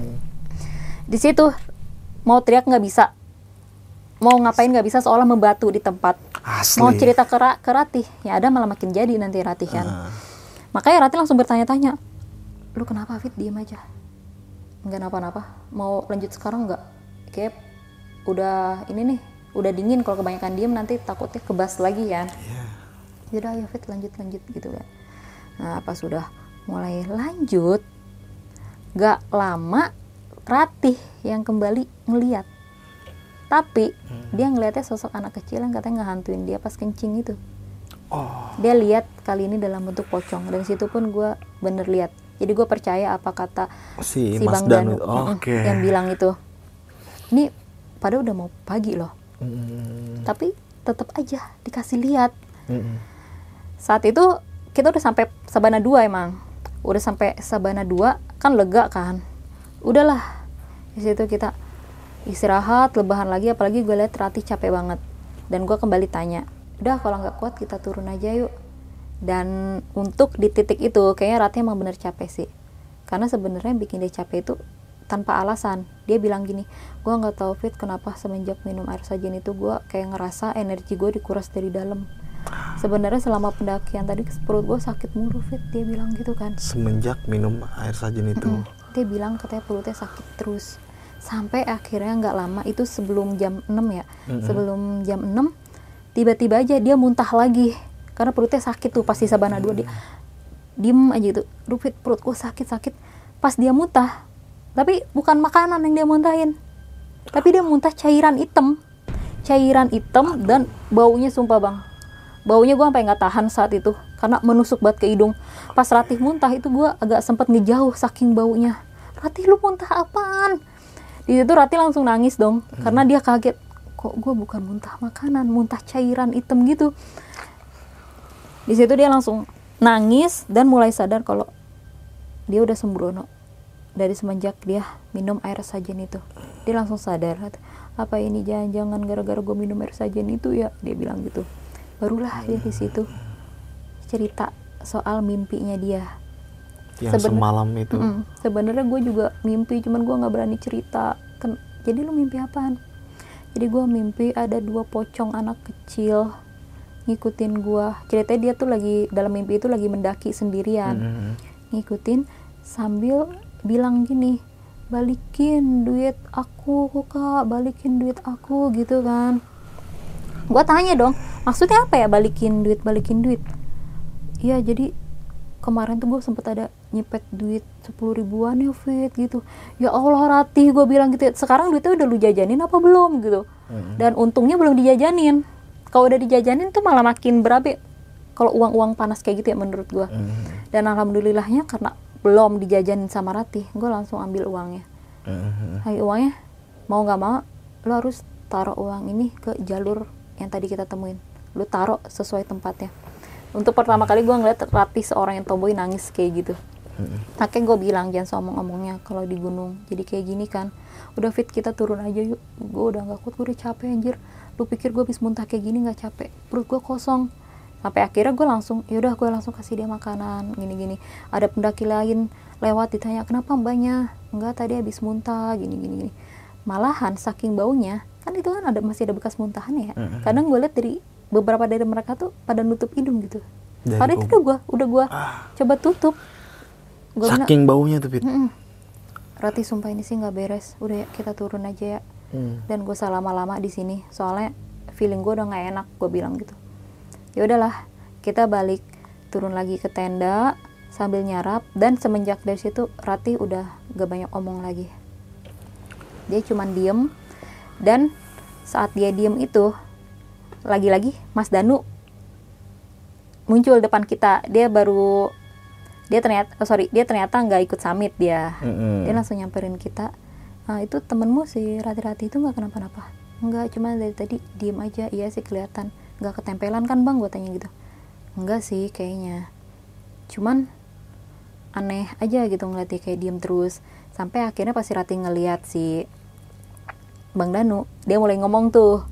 Di situ mau teriak nggak bisa, mau ngapain nggak bisa, seolah membatu di tempat. Asli. Mau cerita ke, ke Ratih, ya ada malah makin jadi nanti Ratih kan. Uh. Makanya Ratih langsung bertanya-tanya, lu kenapa Fit, diem aja, nggak napa-napa, mau lanjut sekarang nggak? Kayak udah ini nih, udah dingin, kalau kebanyakan diem nanti takutnya kebas lagi kan. Yeah. Yaudah ayo Fit, lanjut-lanjut gitu kan. Nah pas sudah mulai lanjut, gak lama Ratih yang kembali ngeliat, tapi hmm. dia ngeliatnya sosok anak kecil yang katanya ngehantuin dia pas kencing itu. Oh. Dia lihat kali ini dalam bentuk pocong, dan situ pun gue bener lihat. Jadi gue percaya apa kata si, si Bang Danu oh, okay. yang bilang itu. Ini pada udah mau pagi loh, hmm. tapi tetap aja dikasih lihat. Hmm. Saat itu kita udah sampai Sabana dua emang, udah sampai Sabana dua kan lega kan. Udahlah, di situ kita istirahat, lebahan lagi, apalagi gue liat Ratih capek banget. Dan gue kembali tanya, udah kalau nggak kuat kita turun aja yuk. Dan untuk di titik itu kayaknya Ratih emang bener capek sih, karena sebenarnya bikin dia capek itu tanpa alasan. Dia bilang gini, gue nggak tahu Fit kenapa semenjak minum air sajen itu gue kayak ngerasa energi gue dikuras dari dalam. Sebenarnya selama pendakian tadi perut gue sakit mulu Fit, dia bilang gitu kan. Semenjak minum air sajen itu mm-hmm. dia bilang katanya perutnya sakit terus. Sampai akhirnya nggak lama, itu sebelum jam enam ya, mm-hmm. sebelum jam enam tiba-tiba aja dia muntah lagi karena perutnya sakit tuh. Pas di Sabana dua dia diem aja gitu, Fit perutku sakit-sakit. Pas dia muntah, tapi bukan makanan yang dia muntahin, tapi dia muntah cairan hitam, cairan hitam dan baunya sumpah bang, baunya gue sampai nggak tahan saat itu karena menusuk banget ke hidung. Pas Ratih muntah itu gue agak sempet ngejauh saking baunya. Ratih lu muntah apaan? Di situ Ratih langsung nangis dong, hmm. karena dia kaget, kok gue bukan muntah makanan, muntah cairan hitam gitu. Di situ dia langsung nangis dan mulai sadar kalau dia udah sembrono dari semenjak dia minum air sajen itu. Dia langsung sadar, apa ini jangan-jangan gara-gara gue minum air sajen itu ya, dia bilang gitu. Barulah dia di situ cerita soal mimpinya dia yang Seben- semalam itu. Mm, sebenarnya gue juga mimpi, cuman gue nggak berani cerita. Ken- Jadi lu mimpi apaan? Jadi gue mimpi ada dua pocong anak kecil ngikutin gue. Ceritanya dia tuh lagi dalam mimpi itu lagi mendaki sendirian, mm-hmm. ngikutin sambil bilang gini, balikin duit aku kak, balikin duit aku gitu kan. Gue tanya dong, maksudnya apa ya balikin duit, balikin duit? Iya jadi kemarin tuh gue sempet ada nyipet duit sepuluh ribuan ya Fit gitu. Ya Allah Ratih, gue bilang gitu, sekarang duitnya udah lu jajanin apa belum gitu. Mm-hmm. Dan untungnya belum dijajanin. Kalau udah dijajanin tuh malah makin berabe kalau uang-uang panas kayak gitu ya menurut gue. Mm-hmm. Dan alhamdulillahnya karena belum dijajanin sama Ratih, gue langsung ambil uangnya. Mm-hmm. Hai uangnya, mau gak mau lo harus taruh uang ini ke jalur yang tadi kita temuin. Lu taruh sesuai tempatnya. Untuk pertama kali gue ngeliat Ratih seorang yang tomboy nangis kayak gitu. Mm-hmm. Makanya gue bilang jangan somong-omongnya kalau di gunung jadi kayak gini kan. Udah Fit kita turun aja yuk, gue udah gak kuat, gue udah capek anjir. Lu pikir gue habis muntah kayak gini gak capek? Perut gue kosong. Sampai akhirnya gue langsung, yaudah gue langsung kasih dia makanan, gini-gini. Ada pendaki lain lewat ditanya, kenapa mbaknya? Enggak, tadi habis muntah, gini-gini. Malahan saking baunya, kan itu kan ada masih ada bekas muntahannya ya. Mm-hmm. Kadang gue lihat dari beberapa dari mereka tuh pada nutup hidung gitu. Padahal itu udah gue, udah gue ah. coba tutup. Gua saking bina, baunya tuh, Fit. Rati, sumpah ini sih nggak beres. Udah ya, kita turun aja ya. Mm. Dan gue selama-lama di sini, soalnya feeling gue udah nggak enak, gue bilang gitu. Ya udahlah, kita balik turun lagi ke tenda sambil nyarap, dan semenjak dari situ Rati udah gak banyak omong lagi. Dia cuman diem, dan saat dia diem itu lagi-lagi Mas Danu muncul depan kita. Dia baru dia ternyata oh sorry dia ternyata nggak ikut summit dia. Mm-hmm. Dia langsung nyamperin kita. Nah, itu temenmu si Rati-Rati itu nggak kenapa-napa? Enggak, cuma dari tadi diem aja. Iya sih kelihatan. Nggak ketempelan kan bang, gue tanya gitu. Enggak sih kayaknya, cuman aneh aja gitu ngeliat dia kayak diem terus. Sampai akhirnya pas si Rati ngeliat si Bang Danu, dia mulai ngomong tuh,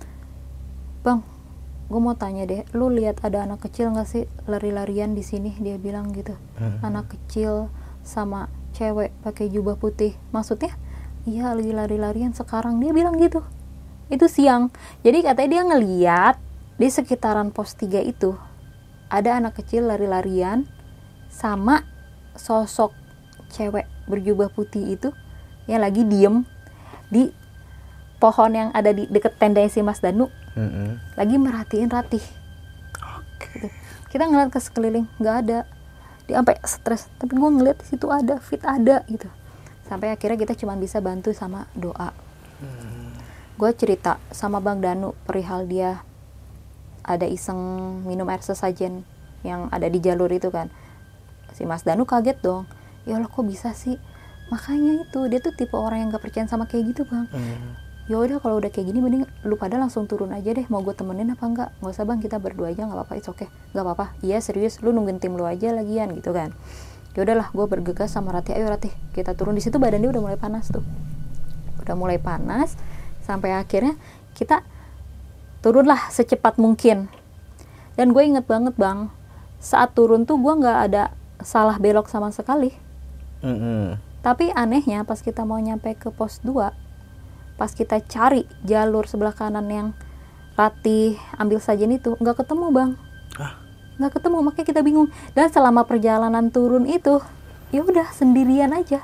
bang, gue mau tanya deh, lu lihat ada anak kecil nggak sih lari-larian di sini? Dia bilang gitu. hmm. Anak kecil sama cewek pakai jubah putih. Maksudnya iya lagi lari-larian sekarang, dia bilang gitu. Itu siang. Jadi katanya dia ngeliat di sekitaran pos tiga itu ada anak kecil lari-larian sama sosok cewek berjubah putih itu yang lagi diem di pohon yang ada di deket tenda si Mas Danu. Mm-hmm. Lagi merhatiin Ratih. Okay. Gitu. Kita ngeliat ke sekeliling nggak ada, dia sampai stres. Tapi gue ngeliat di situ ada, Fit ada gitu. Sampai akhirnya kita cuma bisa bantu sama doa. Mm. Gue cerita sama Bang Danu perihal dia ada iseng minum air sesajen yang ada di jalur itu kan. Si Mas Danu kaget dong. Ya Allah kok bisa sih? Makanya itu dia tuh tipe orang yang gak percaya sama kayak gitu bang. Hmm. Ya udah kalau udah kayak gini mending lu pada langsung turun aja deh. Mau gue temenin apa enggak? Nggak usah bang, kita berdua aja nggak apa-apa. It's okay, nggak apa-apa. Iya serius, lu nungguin tim lu aja lagian gitu kan. Ya udahlah, gue bergegas sama Ratih. Ayo Ratih, kita turun. Di situ badan dia udah mulai panas tuh. Udah mulai panas sampai akhirnya kita turunlah secepat mungkin. Dan gue inget banget bang, saat turun tuh gue nggak ada salah belok sama sekali. Mm-hmm. Tapi anehnya pas kita mau nyampe ke pos dua, pas kita cari jalur sebelah kanan yang Ratih ambil sajen itu, nggak ketemu bang. Ah. Nggak ketemu, makanya kita bingung. Dan selama perjalanan turun itu, ya udah sendirian aja.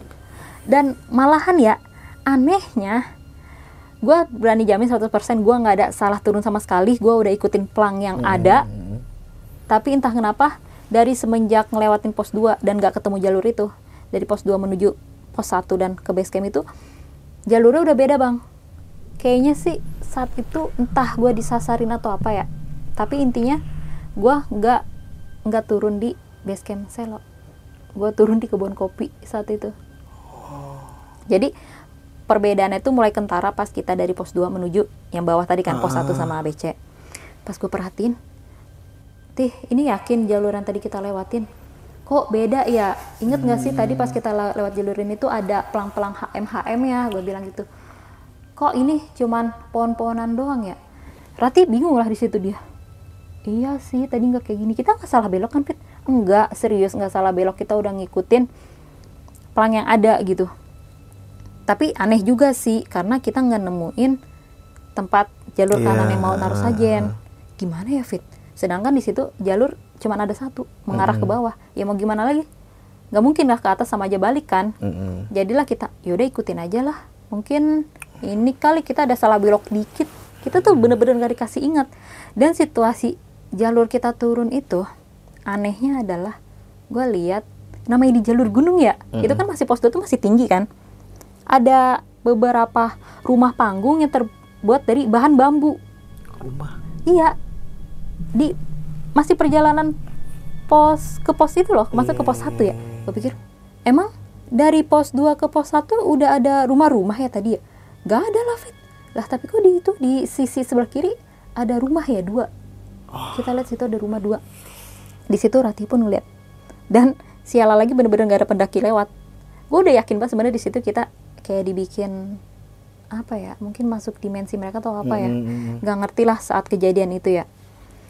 Dan malahan ya, anehnya gue berani jamin seratus persen gue gak ada salah turun sama sekali. Gue udah ikutin plang yang hmm. ada. Tapi entah kenapa dari semenjak ngelewatin pos dua dan gak ketemu jalur itu, dari pos dua menuju pos satu dan ke base camp itu, jalurnya udah beda bang. Kayaknya sih saat itu entah gue disasarin atau apa ya. Tapi intinya gue gak, gak turun di base camp Selo. Gue turun di kebun kopi saat itu. Jadi perbedaannya itu mulai kentara pas kita dari pos dua menuju yang bawah tadi kan, pos satu sama A B C. Pas gue perhatiin, Tih, ini yakin jalur yang tadi kita lewatin? Kok beda ya? Ingat gak sih tadi pas kita lewat jalur ini tuh ada pelang-pelang H M H M ya? Gue bilang gitu. Kok ini cuman pohon-pohonan doang ya? Rati bingung lah di situ dia. Iya sih, tadi gak kayak gini. Kita gak salah belok kan, Fit? Enggak, serius gak salah belok. Kita udah ngikutin pelang yang ada gitu. Tapi aneh juga sih, karena kita nggak nemuin tempat jalur yeah. kanan yang mau naruh sajen. Gimana ya Fit? Sedangkan di situ jalur cuma ada satu, mengarah mm-hmm. ke bawah. Ya mau gimana lagi? Nggak mungkin lah ke atas sama aja balik kan. Mm-hmm. Jadilah kita, yaudah ikutin aja lah. Mungkin ini kali kita ada salah belok dikit. Kita tuh bener-bener nggak dikasih ingat. Dan situasi jalur kita turun itu, anehnya adalah, gue lihat namanya di jalur gunung ya. Mm-hmm. Itu kan masih pos dua tuh masih tinggi kan. Ada beberapa rumah panggung yang terbuat dari bahan bambu. Rumah? Iya. Di masih perjalanan pos ke pos itu loh, masuk ke pos satu ya. Gue pikir, emang dari pos dua ke pos satu udah ada rumah-rumah ya tadi ya? Gak ada lah Fit. Lah tapi kok di itu di sisi sebelah kiri ada rumah ya dua. Oh. Kita lihat situ ada rumah dua. Di situ Ratih pun ngeliat. Dan sialan lagi bener-bener gak ada pendaki lewat. Gue udah yakin banget sebenarnya di situ kita kayak dibikin apa ya, mungkin masuk dimensi mereka atau apa ya, nggak mm-hmm. ngerti lah saat kejadian itu ya.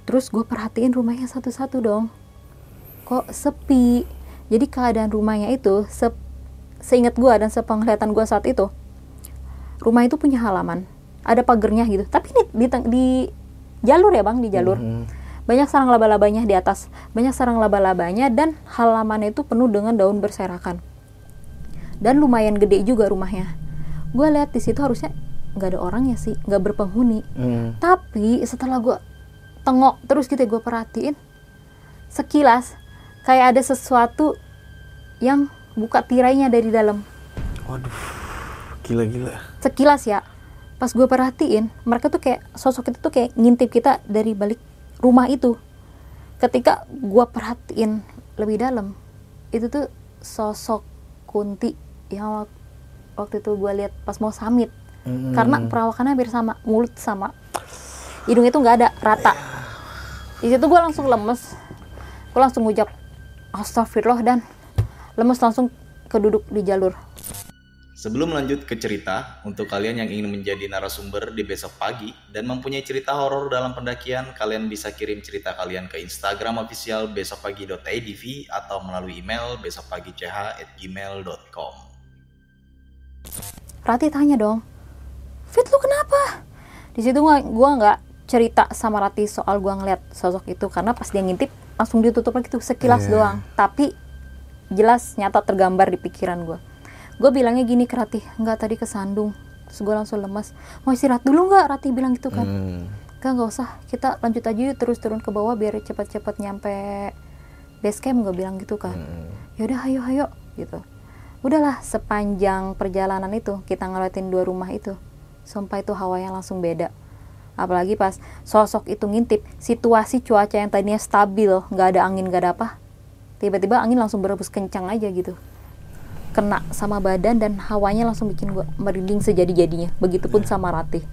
Terus gue perhatiin rumahnya satu-satu dong, kok sepi. Jadi keadaan rumahnya itu se seingat gue dan sepenglihatan gue saat itu, rumah itu punya halaman, ada pagernya gitu, tapi ini di, di jalur ya bang, di jalur. Mm-hmm. Banyak sarang laba-labanya di atas, banyak sarang laba-labanya, dan halamannya itu penuh dengan daun berserakan. Dan lumayan gede juga rumahnya. Gue lihat di situ harusnya nggak ada orangnya sih, nggak berpenghuni. Mm. Tapi setelah gue tengok terus gitu, gue perhatiin sekilas kayak ada sesuatu yang buka tirainya dari dalam. Waduh, gila-gila. Sekilas ya, pas gue perhatiin, mereka tuh kayak sosok itu tuh kayak ngintip kita dari balik rumah itu. Ketika gue perhatiin lebih dalam, itu tuh sosok Kunti yang waktu itu gue lihat pas mau summit. Mm. Karena perawakannya hampir sama, mulut sama, hidung itu nggak ada, rata. Di situ gue langsung lemes, gue langsung ngucap astagfirullah dan lemes, langsung keduduk di jalur. Sebelum lanjut ke cerita, untuk kalian yang ingin menjadi narasumber di Besok Pagi dan mempunyai cerita horor dalam pendakian, kalian bisa kirim cerita kalian ke Instagram official besokpagi dot i d v atau melalui email besokpagi c h at gmail dot com. Rati tanya dong, Fit lu kenapa? Di situ gua gua nggak cerita sama Rati soal gua ngeliat sosok itu, karena pas dia ngintip langsung ditutup lagi tuh sekilas yeah. doang. Tapi jelas nyata tergambar di pikiran gua. Gue bilangnya gini ke Rati, enggak tadi kesandung. Terus gue langsung lemas, mau istirahat dulu nggak? Rati bilang gitu kan. Hmm. Enggak, nggak usah, kita lanjut aja yuk, terus turun ke bawah biar cepat-cepat nyampe base camp, gue bilang gitu kan. Hmm. Yaudah ayo ayo gitu. Udahlah, sepanjang perjalanan itu kita ngelewatin dua rumah itu, sumpah itu hawanya langsung beda. Apalagi pas sosok itu ngintip, situasi cuaca yang tadinya stabil, nggak ada angin, nggak ada apa, tiba-tiba angin langsung berembus kencang aja gitu, kena sama badan dan hawanya langsung bikin gue merinding sejadi-jadinya. Begitupun sama Rati,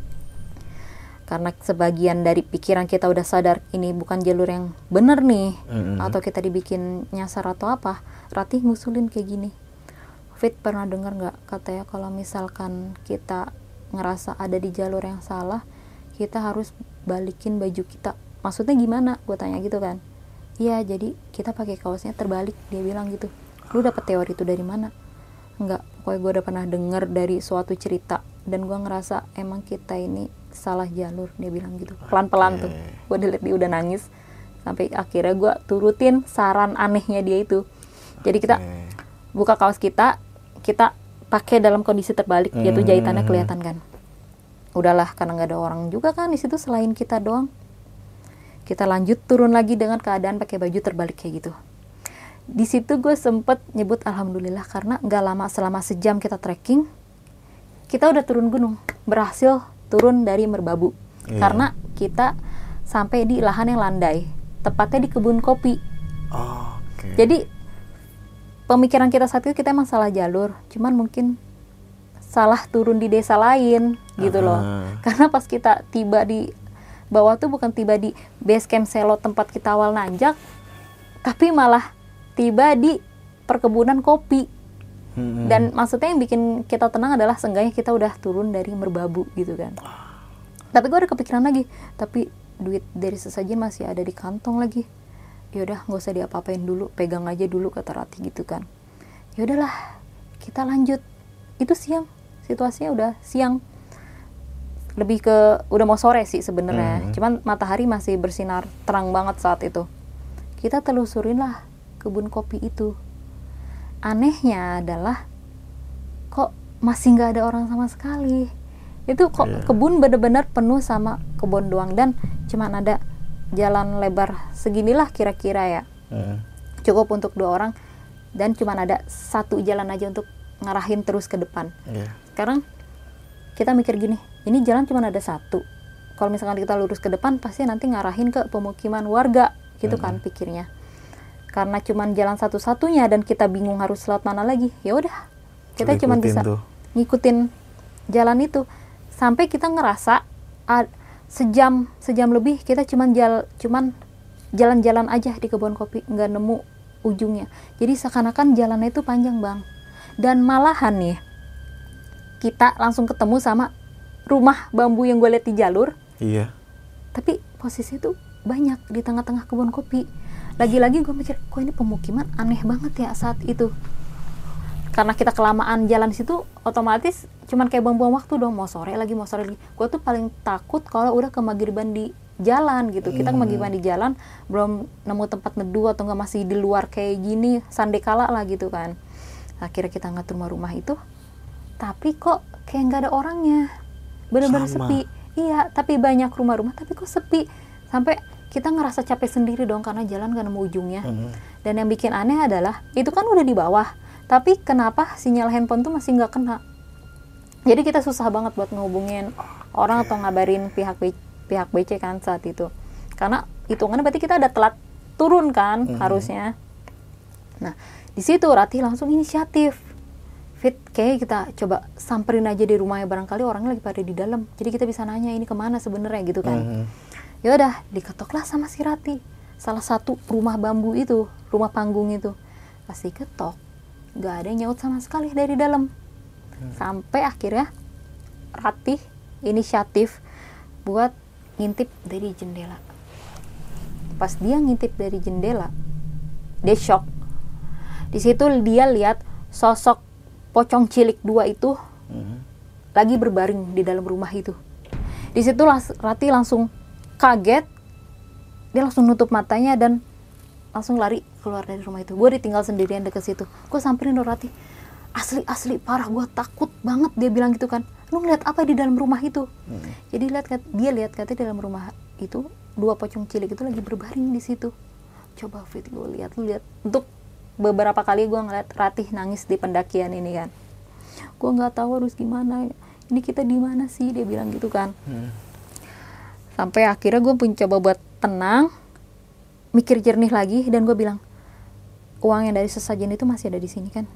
karena sebagian dari pikiran kita udah sadar ini bukan jalur yang bener nih, mm-hmm. atau kita dibikin nyasar atau apa. Rati ngusulin kayak gini, Fit pernah dengar nggak katanya kalau misalkan kita ngerasa ada di jalur yang salah, kita harus balikin baju kita. Maksudnya gimana? Gue tanya gitu kan. Iya, jadi kita pakai kaosnya terbalik, dia bilang gitu. Lu dapet teori itu dari mana? Enggak, pokoknya gue udah pernah denger dari suatu cerita dan gue ngerasa emang kita ini salah jalur, dia bilang gitu. Pelan-pelan okay. tuh, gue udah liat dia udah nangis, sampai akhirnya gue turutin saran anehnya dia itu. Jadi kita okay. buka kaos kita, kita pakai dalam kondisi terbalik, mm. yaitu jahitannya kelihatan kan. Udahlah, karena nggak ada orang juga kan di situ selain kita doang. Kita lanjut turun lagi dengan keadaan pakai baju terbalik kayak gitu. Di situ gue sempet nyebut alhamdulillah, karena nggak lama, selama sejam kita trekking, kita udah turun gunung, berhasil turun dari Merbabu. Yeah. Karena kita sampai di lahan yang landai, tepatnya di kebun kopi. Oh, okay. Jadi pemikiran kita saat itu kita emang salah jalur, cuman mungkin salah turun di desa lain gitu loh. Uh-huh. Karena pas kita tiba di bawah tuh bukan tiba di base camp Selo tempat kita awal nanjak, tapi malah tiba di perkebunan kopi. Hmm. Dan maksudnya yang bikin kita tenang adalah seenggaknya kita udah turun dari Merbabu gitu kan. Tapi gue ada kepikiran lagi, tapi duit dari sesajen masih ada di kantong lagi. Yaudah, nggak usah diapa-apain dulu, pegang aja dulu, kata Rati gitu kan. Yaudahlah, kita lanjut. Itu siang, situasinya udah siang, lebih ke udah mau sore sih sebenarnya. Hmm. Cuman matahari masih bersinar terang banget saat itu. Kita telusurin lah kebun kopi itu. Anehnya adalah kok masih nggak ada orang sama sekali. Itu kok yeah. kebun benar-benar penuh sama kebun doang, dan cuman ada jalan lebar seginilah kira-kira ya. Yeah. Cukup untuk dua orang, dan cuman ada satu jalan aja untuk ngarahin terus ke depan. Yeah. Sekarang kita mikir gini, ini jalan cuman ada satu. Kalau misalkan kita lurus ke depan, pasti nanti ngarahin ke pemukiman warga, gitu mm-hmm. kan pikirnya. Karena cuman jalan satu-satunya dan kita bingung harus lewat mana lagi, ya udah kita cuman bisa tuh. ngikutin jalan itu sampai kita ngerasa uh, sejam sejam lebih kita cuman jal cuman jalan-jalan aja di kebun kopi, nggak nemu ujungnya. Jadi seakan-akan jalannya itu panjang bang, dan malahan nih kita langsung ketemu sama rumah bambu yang gue lihat di jalur. Iya. Tapi posisi itu banyak di tengah-tengah kebun kopi. Lagi-lagi gue mikir, kok ini pemukiman aneh banget ya saat itu. Karena kita kelamaan jalan situ, otomatis cuman kayak buang-buang waktu dong, mau sore lagi, mau sore lagi. Gue tuh paling takut kalau udah ke magriban di jalan gitu. Kita ke magriban di jalan, belum nemu tempat neduh atau nggak masih di luar kayak gini, sandekala lah gitu kan. Akhirnya kita ngatur rumah-rumah itu, tapi kok kayak nggak ada orangnya, bener-bener sepi. Iya, tapi banyak rumah-rumah, tapi kok sepi. Sampai kita ngerasa capek sendiri dong, karena jalan gak nemu ujungnya. Mm-hmm. Dan yang bikin aneh adalah, itu kan udah di bawah, tapi kenapa sinyal handphone tuh masih nggak kena? Jadi kita susah banget buat ngehubungin orang okay. atau ngabarin pihak B, pihak B C kan saat itu. Karena hitungannya berarti kita udah telat turun kan, mm-hmm. harusnya. Nah, di situ Ratih langsung inisiatif. Fit, kayak kita coba samperin aja di rumahnya, barangkali orangnya lagi pada di dalam. Jadi kita bisa nanya ini kemana sebenarnya gitu kan. Mm-hmm. Ya udah, diketoklah sama si Ratih. Salah satu rumah bambu itu, rumah panggung itu. Pas diketok, gak ada yang nyaut sama sekali dari dalam. Hmm. Sampai akhirnya Ratih inisiatif buat ngintip dari jendela. Pas dia ngintip dari jendela, dia shock. Di situ dia lihat sosok pocong cilik dua itu hmm. lagi berbaring di dalam rumah itu. Di situ Ratih langsung kaget, dia langsung nutup matanya dan langsung lari keluar dari rumah itu. Gue ditinggal sendirian deket situ. Gue samperin Ratih, asli-asli parah, gue takut banget. Dia bilang gitu kan, lu ngeliat apa di dalam rumah itu? Hmm. Jadi lihat, dia lihat katanya di dalam rumah itu dua pocong cilik itu lagi berbaring di situ. Coba Fit, gue lihat, lu lihat. Untuk beberapa kali gue ngeliat Ratih nangis di pendakian ini kan. Gue nggak tahu harus gimana. Ini kita di mana sih? Dia bilang gitu kan. Hmm. Sampai akhirnya gue pun coba buat tenang, mikir jernih lagi, dan gue bilang, uang yang dari sesajen itu masih ada di sini kan.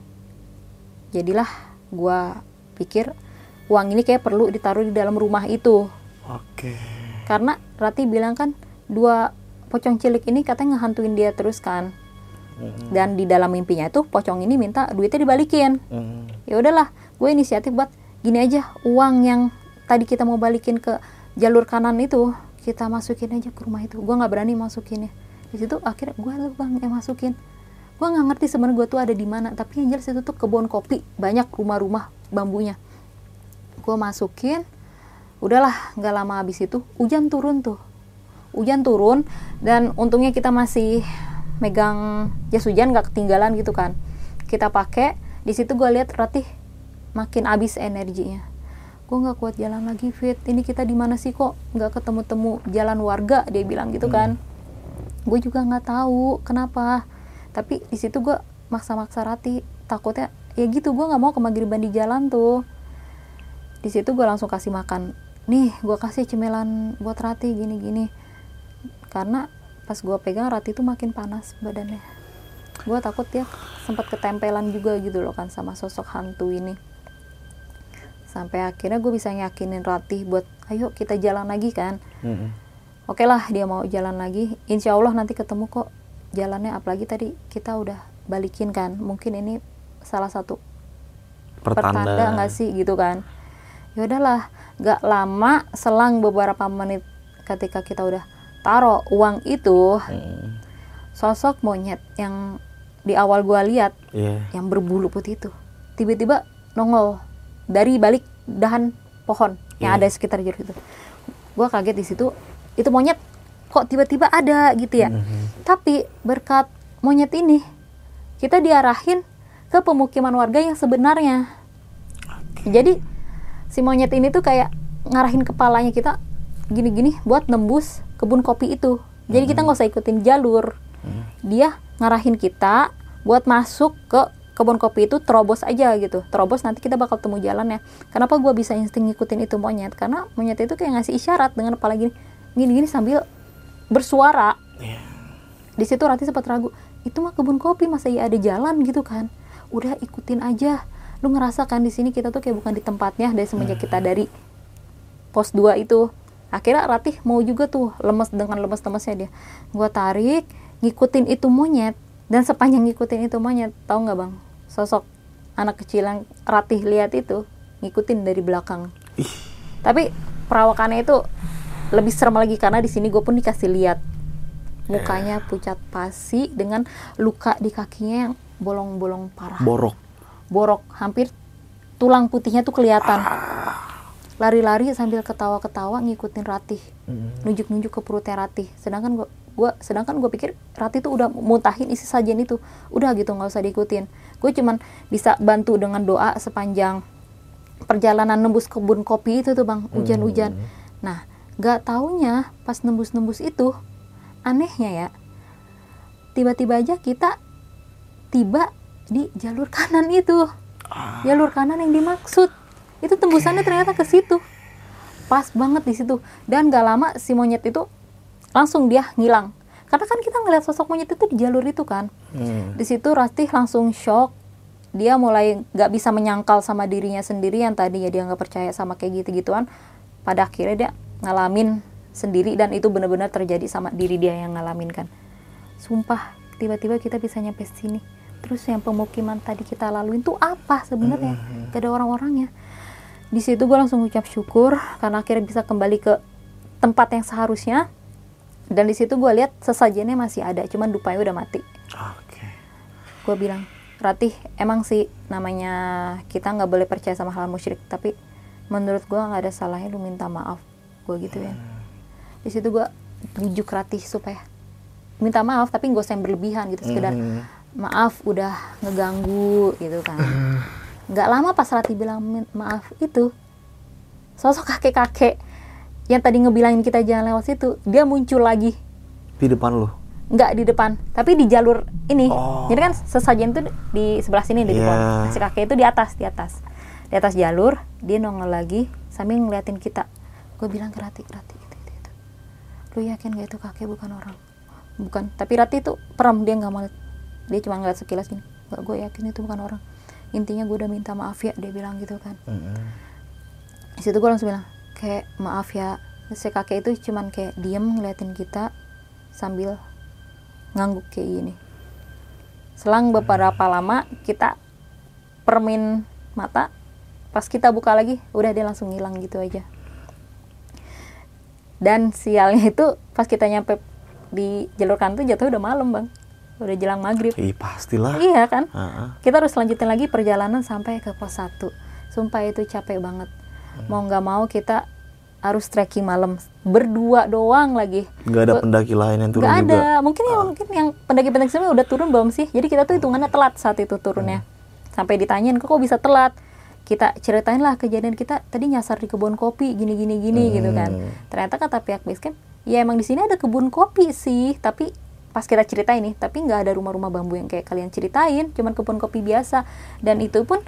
Jadilah gue pikir uang ini kayak perlu ditaruh di dalam rumah itu. Oke. Karena Ratih bilang kan dua pocong cilik ini katanya ngehantuin dia terus kan. Mm-hmm. Dan di dalam mimpinya itu pocong ini minta duitnya dibalikin. Mm-hmm. Ya udahlah, gue inisiatif buat gini aja, uang yang tadi kita mau balikin ke jalur kanan itu kita masukin aja ke rumah itu. Gue nggak berani masukinnya. Di situ akhirnya gue lu bang yang masukin. Gue nggak ngerti sebenarnya gue tuh ada di mana. Tapi yang jelas itu tuh kebun kopi, banyak rumah-rumah bambunya. Gue masukin. Udahlah, nggak lama habis itu hujan turun tuh. Hujan turun dan untungnya kita masih megang jas hujan, nggak ketinggalan gitu kan. Kita pakai. Di situ gue lihat Ratih makin habis energinya. Gue nggak kuat jalan lagi Fit, ini kita di mana sih kok nggak ketemu-temu jalan warga, dia bilang gitu kan. hmm. Gue juga nggak tahu kenapa, tapi di situ gue maksa-maksa Ratih, takutnya ya gitu, gue nggak mau ke magriban di jalan tuh. Di situ gue langsung kasih makan, nih gue kasih cemilan buat Ratih gini-gini, karena pas gue pegang Ratih tuh makin panas badannya. Gue takut ya sempat ketempelan juga gitu loh kan sama sosok hantu ini. Sampai akhirnya gue bisa yakinin Ratih buat ayo kita jalan lagi kan. Mm-hmm. Oke lah, dia mau jalan lagi, insya Allah nanti ketemu kok jalannya. Apalagi tadi kita udah balikin kan, mungkin ini salah satu pertanda, pertanda nggak sih gitu kan. Ya udahlah, nggak lama selang beberapa menit ketika kita udah taruh uang itu, mm. sosok monyet yang di awal gue lihat, yeah. yang berbulu putih itu tiba-tiba nongol dari balik dahan pohon yang yeah. ada sekitar jeruk itu. Gue kaget di situ, itu monyet kok tiba-tiba ada gitu ya. Mm-hmm. Tapi berkat monyet ini kita diarahin ke pemukiman warga yang sebenarnya. Okay. Jadi si monyet ini tuh kayak ngarahin kepalanya kita gini-gini buat nembus kebun kopi itu. Jadi mm-hmm. kita nggak usah ikutin jalur. Mm-hmm. Dia ngarahin kita buat masuk ke kebun kopi itu, terobos aja gitu, terobos nanti kita bakal temu jalannya. Kenapa gue bisa insting ngikutin itu monyet? Karena monyet itu kayak ngasih isyarat dengan kepala gini, gini-gini sambil bersuara. Yeah. Di situ Ratih sempat ragu, itu mah kebun kopi masa ya ada jalan gitu kan? Udah ikutin aja. Lu ngerasa kan di sini kita tuh kayak bukan di tempatnya dari semenjak kita dari pos dua itu. Akhirnya Ratih mau juga tuh, lemes dengan lemes-lemesnya dia. Gue tarik, ngikutin itu monyet, dan sepanjang ngikutin itu monyet, tahu nggak bang? Sosok anak kecil yang Ratih lihat itu ngikutin dari belakang. Ih. Tapi perawakannya itu lebih serem lagi karena di sini gue pun dikasih lihat mukanya pucat pasi dengan luka di kakinya yang bolong-bolong parah. Borok. Borok, hampir tulang putihnya tuh kelihatan. Lari-lari sambil ketawa-ketawa ngikutin Ratih, hmm. nunjuk-nunjuk ke perutnya Ratih. Sedangkan gua, gua sedangkan gue pikir Ratih tuh udah muntahin isi sajian itu, udah gitu nggak usah diikutin. Gue cuman bisa bantu dengan doa sepanjang perjalanan nembus kebun kopi itu tuh bang, hujan-hujan. Hmm. Nah, nggak taunya pas nembus-nembus itu, anehnya ya, tiba-tiba aja kita tiba di jalur kanan itu, ah. jalur kanan yang dimaksud. Itu tembusannya ternyata ke situ, pas banget di situ. Dan gak lama si monyet itu langsung dia ngilang, karena kan kita ngeliat sosok monyet itu di jalur itu kan. hmm. Di situ Ratih langsung shock, dia mulai gak bisa menyangkal sama dirinya sendiri yang tadinya dia gak percaya sama kayak gitu-gituan. Pada akhirnya dia ngalamin sendiri, dan itu benar-benar terjadi sama diri dia yang ngalamin kan. Sumpah, tiba-tiba kita bisa nyampe sini. Terus yang pemukiman tadi kita laluin tuh apa sebenarnya? hmm. Gak ada orang-orangnya. Di situ gue langsung ucap syukur karena akhirnya bisa kembali ke tempat yang seharusnya. Dan di situ gue lihat sesajennya masih ada, cuman dupanya udah mati. Okay. Gue bilang, Ratih, emang sih namanya kita nggak boleh percaya sama hal musyrik, tapi menurut gue nggak ada salahnya lu minta maaf. Gue gituin. Hmm. Di situ gue bujuk Ratih supaya minta maaf, tapi nggak usah yang berlebihan gitu, sekedar hmm. maaf udah ngeganggu gitu kan. Gak lama pas Ratih bilang maaf itu, sosok kakek-kakek yang tadi ngebilangin kita jangan lewat situ, dia muncul lagi. Di depan lu? Nggak di depan, tapi di jalur ini. Oh. Jadi kan sesajen tuh di sebelah sini, di depan. Si kakek itu di atas, di atas. Di atas jalur, dia nongol lagi sambil ngeliatin kita. Gue bilang ke Ratih, Ratih, itu, itu, itu. Lu yakin gak itu kakek bukan orang? Bukan, tapi Ratih tuh perem, dia gak mau lihat. Dia cuma ngeliat sekilas gini. Gak, gue yakin itu bukan orang. Intinya gue udah minta maaf ya, dia bilang gitu kan. Mm-hmm. Di situ gue langsung bilang kayak maaf ya. Si kakek itu cuman kayak diem ngeliatin kita sambil ngangguk kayak gini. Selang beberapa mm-hmm. lama kita permin mata, pas kita buka lagi udah dia langsung ngilang gitu aja. Dan sialnya itu pas kita nyampe di jalur kanan tuh jatuh udah malam bang. Udah jelang maghrib. Ih, pastilah. Iya kan? Uh-huh. Kita harus lanjutin lagi perjalanan sampai ke pos satu. Sumpah itu capek banget. Hmm. Mau nggak mau kita harus trekking malam. Berdua doang lagi. Nggak ada pendaki lain yang turun nggak juga? Nggak ada. Mungkin, uh. ya, mungkin yang pendaki-pendaki sebelumnya udah turun belum sih? Jadi kita tuh hitungannya telat saat itu turunnya. Hmm. Sampai ditanyain, kok kok bisa telat? Kita ceritain lah kejadian kita. Tadi nyasar di kebun kopi, gini-gini-gini hmm. gitu kan. Ternyata kata pihak base camp, ya emang di sini ada kebun kopi sih. Tapi pas kita ceritain nih, tapi nggak ada rumah-rumah bambu yang kayak kalian ceritain, cuman kebun kopi biasa. Dan itu pun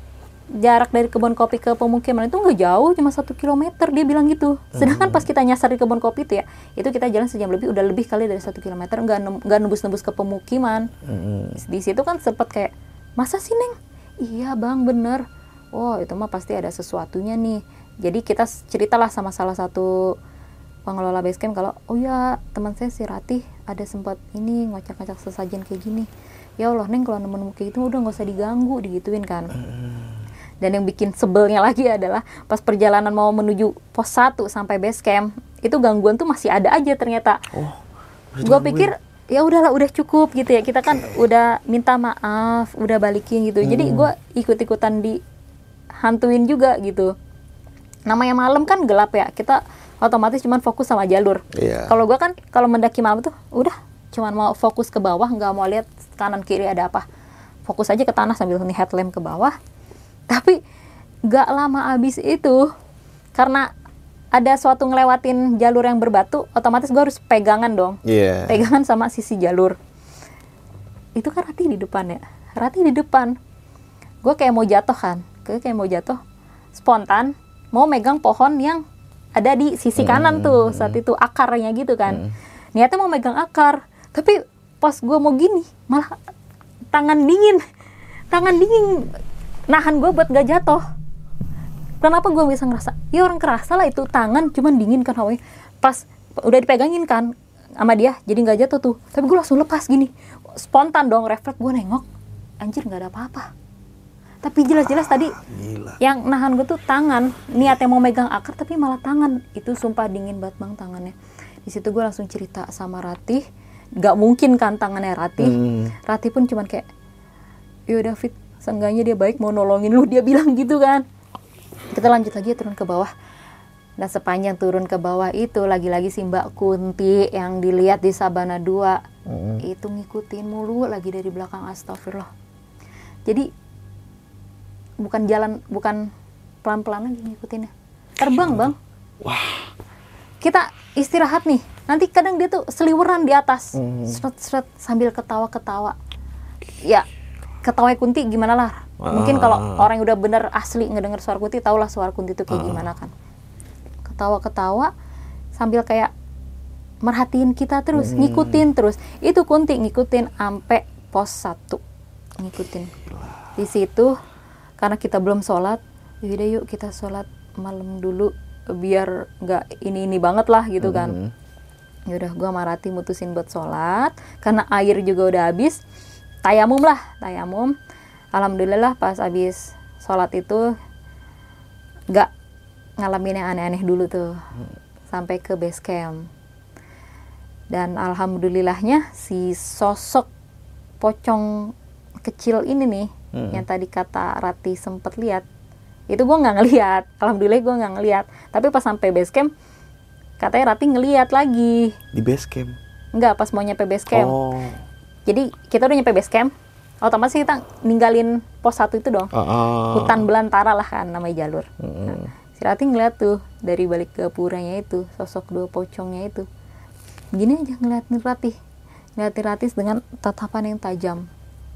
jarak dari kebun kopi ke pemukiman itu nggak jauh, cuma satu kilometer, dia bilang gitu. Sedangkan pas kita nyasar di kebun kopi itu ya, itu kita jalan sejam lebih, udah lebih kali dari satu kilometer, nggak nggak nembus-nembus ke pemukiman. Mm. Di situ kan sempet kayak, masa sih Neng? Iya bang, bener. Oh itu mah pasti ada sesuatunya nih. Jadi kita ceritalah sama salah satu pengelola base camp kalau, oh ya teman saya si Ratih ada sempat ini ngocak-ngocak sesajen kayak gini. Ya Allah Neng, kalau nemu kayak gitu udah nggak usah diganggu, digituin kan. Mm. Dan yang bikin sebelnya lagi adalah pas perjalanan mau menuju pos satu sampai base camp, itu gangguan tuh masih ada aja ternyata. Oh, gue pikir ya udahlah, udah cukup gitu ya, kita kan okay. udah minta maaf, udah balikin gitu. Mm. Jadi gue ikut-ikutan dihantuin juga gitu. Namanya malam kan gelap ya, kita otomatis cuman fokus sama jalur. Yeah. Kalau gue kan kalau mendaki malam tuh udah cuman mau fokus ke bawah, nggak mau lihat kanan kiri ada apa, fokus aja ke tanah sambil nih headlamp ke bawah. Tapi nggak lama abis itu, karena ada suatu ngelewatin jalur yang berbatu, otomatis gue harus pegangan dong, yeah. pegangan sama sisi jalur. Itu kan Ratih di depan ya, Ratih di depan. Gue kayak mau jatuh kan, gue kayak mau jatuh, spontan mau megang pohon yang ada di sisi kanan tuh, saat itu akarnya gitu kan. Hmm. Niatnya mau megang akar, tapi pas gue mau gini, malah tangan dingin, tangan dingin nahan gue buat gak jatuh. Kenapa gue bisa ngerasa? Ya orang kerasa lah itu tangan, cuman dingin kan hawanya. Pas udah dipegangin kan sama dia, jadi gak jatuh tuh. Tapi gue langsung lepas gini, spontan dong, refleks gue nengok, anjir gak ada apa-apa. Tapi jelas-jelas ah, tadi gila. Yang nahan gue tuh tangan, niatnya mau megang akar tapi malah tangan. Itu sumpah dingin banget bang tangannya. Di situ gue langsung cerita sama Ratih, nggak mungkin kan tangannya Ratih. Hmm. Ratih pun cuman kayak, yo David, seenggaknya dia baik mau nolongin lu, dia bilang gitu kan. Kita lanjut lagi turun ke bawah. Nah sepanjang turun ke bawah itu lagi-lagi si Mbak Kunti yang dilihat di Sabana dua hmm. itu ngikutin mulu lagi dari belakang, astagfirullah. Jadi bukan jalan, bukan pelan-pelan lagi ngikutinnya, terbang bang. Wah. Kita istirahat nih, nanti kadang dia tuh seliweran di atas, hmm. seret-seret sambil ketawa-ketawa. Ya ketawa Kunti gimana lah. Ah. Mungkin kalau orang yang udah bener asli ngedenger suara Kunti, tahulah suara Kunti itu kayak ah. gimana kan. Ketawa-ketawa sambil kayak merhatiin kita terus, hmm. ngikutin terus. Itu Kunti ngikutin sampai pos satu, ngikutin. Di situ karena kita belum sholat, yaudah yuk kita sholat malam dulu biar nggak ini ini banget lah gitu kan. Mm-hmm. Yaudah gue sama Rati mutusin buat sholat karena air juga udah habis. Tayamum lah, tayamum. Alhamdulillah pas habis sholat itu nggak ngalamin yang aneh-aneh dulu tuh mm. sampai ke base camp. Dan alhamdulillahnya si sosok pocong kecil ini nih mm. yang tadi kata Rati sempet lihat, itu gue nggak ngelihat, alhamdulillah gue nggak ngelihat. Tapi pas sampai base camp katanya Rati ngelihat lagi di base camp. Nggak, pas mau nyampe base camp. Oh. Jadi kita udah nyampe base camp, otomatis kita ninggalin pos satu itu dong. Uh, uh. Hutan belantara lah kan namanya jalur. Uh. Nah, si Rati ngeliat tuh dari balik gapuranya itu sosok dua pocongnya itu. Gini aja ngeliatin Rati, ngeliatin Rati dengan tatapan yang tajam.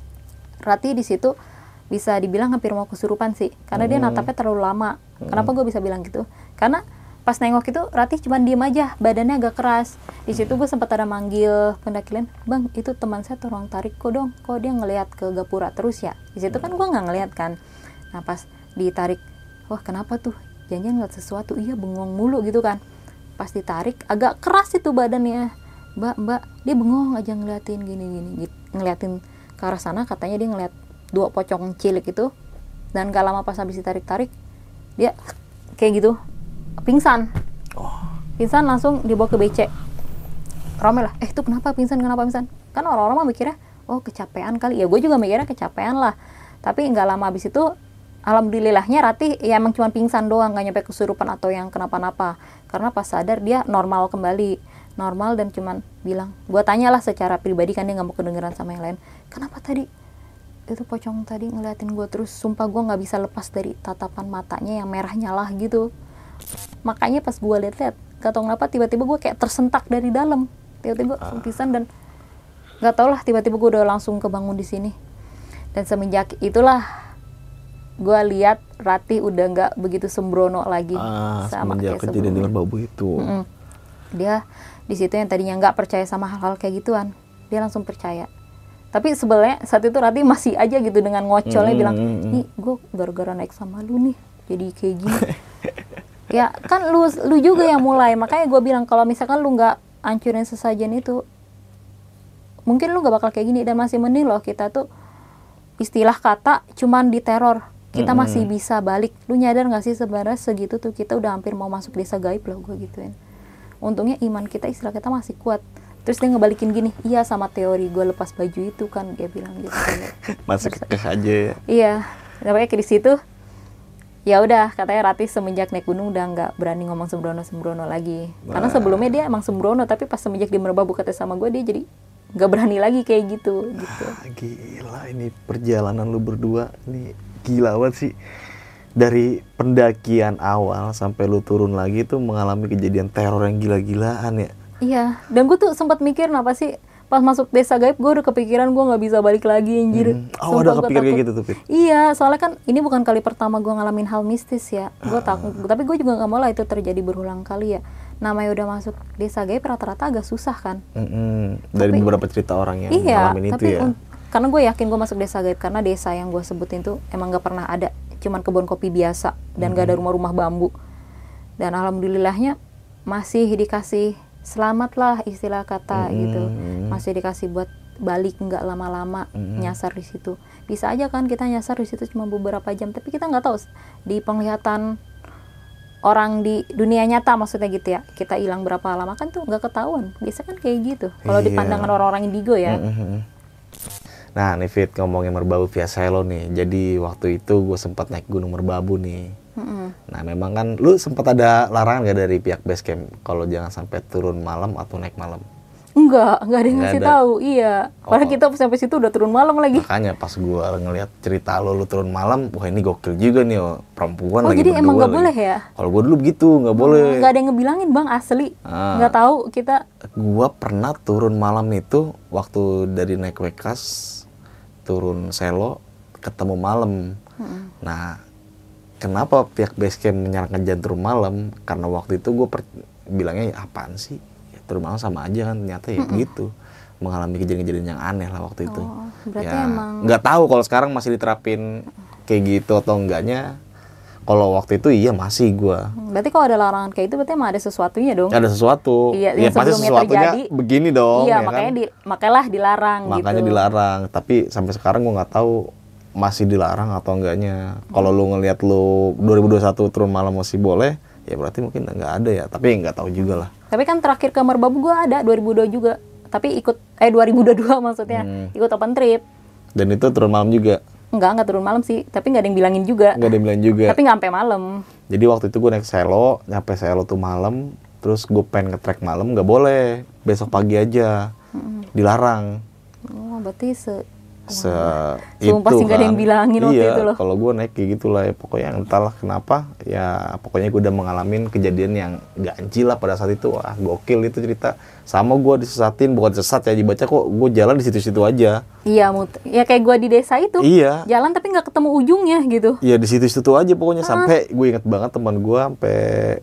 Rati di situ bisa dibilang hampir mau kesurupan sih, karena hmm. dia natapnya terlalu lama. Hmm. Kenapa gue bisa bilang gitu? Karena pas nengok itu Ratih cuma diem aja, badannya agak keras. Di situ gue sempat ada manggil pendaki lain, bang itu teman saya tolong tarik kok dong, kok dia ngelihat ke gapura terus ya. Di situ kan gue nggak ngelihat kan. Nah pas ditarik, wah kenapa tuh? Jangan ngeliat sesuatu, iya bengong mulu gitu kan. Pas ditarik agak keras itu badannya, mbak mbak dia bengong aja ngeliatin gini gini, ngeliatin ke arah sana, katanya dia ngeliat dua pocong cilik itu. Dan gak lama pas habis ditarik-tarik dia kayak gitu pingsan. oh. Pingsan langsung dibawa ke B C. Ramai lah, eh itu kenapa pingsan, kenapa pingsan? Kan orang-orang mah mikirnya oh kecapean kali, ya gue juga mikirnya kecapean lah. Tapi gak lama habis itu alhamdulillahnya Ratih ya emang cuma pingsan doang, gak nyampe kesurupan atau yang kenapa-napa. Karena pas sadar dia normal kembali, normal, dan cuman bilang, gue tanyalah secara pribadi kan, dia gak mau kedengeran sama yang lain, kenapa tadi itu pocong tadi ngeliatin gue terus, sumpah gue nggak bisa lepas dari tatapan matanya yang merah nyala gitu. Makanya pas gue liat-liat, gak tau kenapa tiba-tiba gue kayak tersentak dari dalam, tiba-tiba uh. pingsan, dan gak tau lah tiba-tiba gue udah langsung kebangun di sini. Dan semenjak itulah gue lihat Ratih udah nggak begitu sembrono lagi uh, sama semenjak kayak kejadian dengan babu itu. Mm-mm. Dia di situ yang tadinya nggak percaya sama hal-hal kayak gituan, dia langsung percaya. Tapi sebenarnya saat itu Ratih masih aja gitu dengan ngocolnya hmm, bilang, nih gue gara-gara naik sama lu nih jadi kayak gini. Ya kan lu lu juga yang mulai, makanya gue bilang kalau misalkan lu nggak hancurin sesajen itu, mungkin lu nggak bakal kayak gini. Dan masih mending loh kita tuh istilah kata cuman diteror, kita hmm. masih bisa balik. Lu nyadar nggak sih sebenarnya segitu tuh kita udah hampir mau masuk desa gaib loh, gue gituin. Untungnya iman kita, istilah kita masih kuat. Terus dia ngebalikin gini, iya sama teori gue lepas baju itu kan, dia bilang gitu. Masih kekeh aja ya. Iya, tapi kayak di situ, ya udah katanya Ratih semenjak naik gunung udah nggak berani ngomong sembrono-sembrono lagi. Wah. Karena sebelumnya dia emang sembrono, tapi pas semenjak di Merbabu kata sama gue, dia jadi nggak berani lagi kayak gitu. gitu. Ah, gila, ini perjalanan lu berdua, ini gila banget sih. Dari pendakian awal sampai lu turun lagi tuh mengalami kejadian teror yang gila-gilaan ya. Iya, dan gue tuh sempat mikir kenapa sih pas masuk desa gaib gue udah kepikiran gue nggak bisa balik lagi anjir. Hmm. Oh, udah kepikir kayak gitu tuh, Pit? Iya, soalnya kan ini bukan kali pertama gue ngalamin hal mistis ya. Gue uh. takut, tapi gue juga nggak mau lah itu terjadi berulang kali ya. Namanya udah masuk desa gaib rata-rata agak susah kan. Mm-hmm. Dari tapi, beberapa cerita orang yang iya, ngalamin itu ya. Un- karena gue yakin gue masuk desa gaib karena desa yang gue sebutin tuh emang nggak pernah ada, cuman kebun kopi biasa dan nggak mm-hmm. ada rumah-rumah bambu. Dan alhamdulillahnya masih dikasih selamat lah istilah kata mm-hmm. gitu, masih dikasih buat balik nggak lama-lama mm-hmm. nyasar di situ. Bisa aja kan kita nyasar di situ cuma beberapa jam, tapi kita nggak tahu di penglihatan orang di dunia nyata maksudnya gitu ya, kita hilang berapa lama kan tuh nggak ketahuan. Biasa kan kayak gitu kalau di Iya. pandangan orang-orang indigo ya. Mm-mm. Nah nih Fit, ngomongin Merbabu via selo nih. Jadi waktu itu gue sempat naik Gunung Merbabu nih. Mm-mm. Nah memang kan lu sempat ada larangan gak dari pihak base camp kalau jangan sampai turun malam atau naik malam? Enggak, enggak ada yang Nggak ngasih ada. tahu. Iya. Padahal Oh. kita sampai situ udah turun malam lagi. Makanya pas gue ngeliat cerita lo, lu turun malam, wah ini gokil juga nih, oh, perempuan Oh lagi jadi berdua emang nggak lagi. boleh ya? Kalau gue dulu begitu, nggak boleh. Nggak ada yang ngebilangin bang, asli. Ah. Nggak tahu kita. Gua pernah turun malam itu waktu dari naik Wekas turun selo ketemu malam. Mm-mm. Nah, kenapa pihak base camp menyarankan jangan turun malam? Karena waktu itu gue bilangnya ya apaan sih? Ya, turun malam sama aja kan, ternyata ya gitu. Mengalami kejadian-kejadian yang aneh lah waktu itu. Oh, berarti ya, emang- nggak tahu kalau sekarang masih diterapin kayak gitu atau enggaknya. Kalau waktu itu iya masih gua. Berarti kalau ada larangan kayak itu berarti emang ada sesuatunya dong. Ada sesuatu. Iya, ya yang pasti sebelumnya sesuatunya terjadi. begini dong. Iya, ya makanya kan? di makanya dilarang Makanya gitu. dilarang. Tapi sampai sekarang gua nggak tahu masih dilarang atau enggaknya. Kalau lu ngelihat lu dua ribu dua puluh satu turun malam masih boleh, ya berarti mungkin nggak ada ya. Tapi nggak tahu juga lah. Tapi kan terakhir ke Merbabu gua ada dua ribu dua juga. Tapi ikut eh dua ribu dua puluh dua maksudnya. Hmm. Ikut open trip. Dan itu turun malam juga. Enggak, enggak turun malam sih, tapi nggak ada yang bilangin juga. Nggak ada yang bilang juga. Tapi nggak sampai malam. Jadi waktu itu gue naik selo, nyampe selo tuh malam, terus gue pengen nge-trek malam, nggak boleh, besok pagi aja, dilarang. Oh, berarti se Se Sumpah sih nggak ada yang bilangin waktu iya, itu loh. kalau gue naik kayak gitulah ya, pokoknya entahlah kenapa, ya pokoknya gue udah mengalami kejadian yang ganjil lah pada saat itu. Wah gokil itu cerita. Sama gue disesatin, bukan sesat ya, dibaca kok gue jalan di situ-situ aja. Iya, mut ya kayak gua di desa itu. Iya. Jalan tapi nggak ketemu ujungnya gitu. Iya di situ-situ aja pokoknya. Sampai gue inget banget teman gue sampai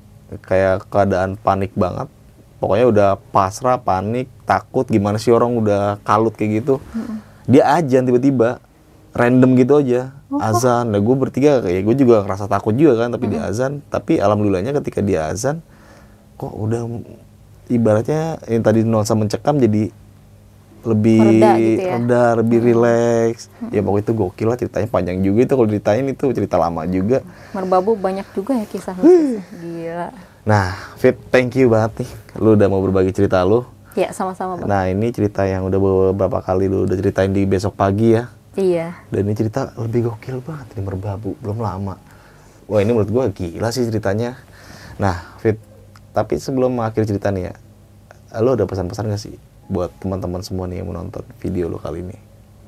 kayak keadaan panik banget. Pokoknya udah pasrah, panik, takut gimana sih orang udah kalut kayak gitu. Dia azan tiba-tiba, random gitu aja, azan. Nah gue bertiga kayak gue juga ngerasa takut juga kan, tapi dia azan. Tapi alhamdulillahnya ketika dia azan, kok udah ibaratnya yang tadi nuansa mencekam jadi lebih Mereda gitu ya? reda, lebih rileks. Ya pokoknya itu gokil lah, ceritanya panjang juga itu kalau diceritain, itu cerita lama juga. Merbabu banyak juga ya kisah mistisnya. Gila. Nah, Fit, thank you banget nih, lu udah mau berbagi cerita lu. Ya, sama-sama bang. Nah ini cerita yang udah beberapa kali lu udah ceritain di besok pagi ya. Iya. Dan ini cerita lebih gokil banget nih, Merbabu, belum lama. Wah ini menurut gua gila sih ceritanya. Nah Fit, tapi sebelum mengakhiri cerita nih ya, lu ada pesan-pesan gak sih buat teman-teman semua nih yang menonton video lu kali ini?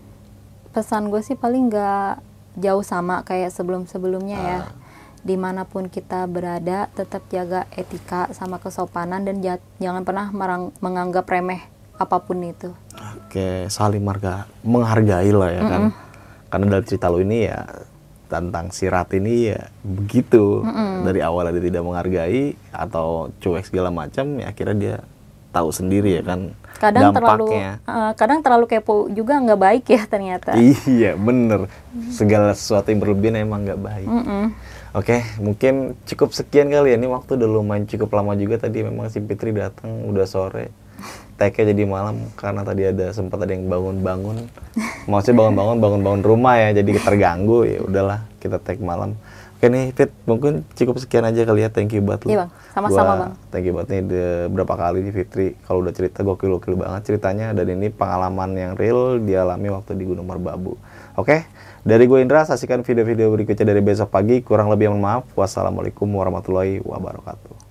Pesan gue sih paling nggak jauh sama kayak sebelum-sebelumnya ya. Dimanapun kita berada, tetap jaga etika sama kesopanan dan ja- jangan pernah merang- menganggap remeh apapun itu. Oke, saling marga, menghargai lah ya kan. Karena dari cerita lu ini ya tentang si Rat ini ya begitu. Dari awal dia tidak menghargai atau cuek segala macam, ya akhirnya dia tahu sendiri ya kan Kadang terlalu dampaknya. eh, kadang terlalu kepo juga nggak baik ya ternyata. Iya bener, segala sesuatu yang berlebihan emang nggak baik. Mm-mm. Oke, mungkin cukup sekian kali ya. Ini waktu udah lumayan cukup lama juga. Tadi memang si Fitri datang udah sore. Tag-nya jadi malam karena tadi ada sempat ada yang bangun-bangun. Maksudnya bangun-bangun bangun-bangun rumah ya, jadi terganggu. Ya udahlah, kita tag malam. Oke nih Fit, mungkin cukup sekian aja kali ya. Thank you buat lu. Iya, Bang. Sama-sama, Gua Bang. Thank you buat nih de- berapa kali nih Fitri kalau udah cerita gokil-gokil banget ceritanya, dan ini pengalaman yang real dialami waktu di Gunung Merbabu. Oke, dari gue Indra, saksikan video-video berikutnya dari besok pagi. Kurang lebih mohon maaf. Wassalamualaikum warahmatullahi wabarakatuh.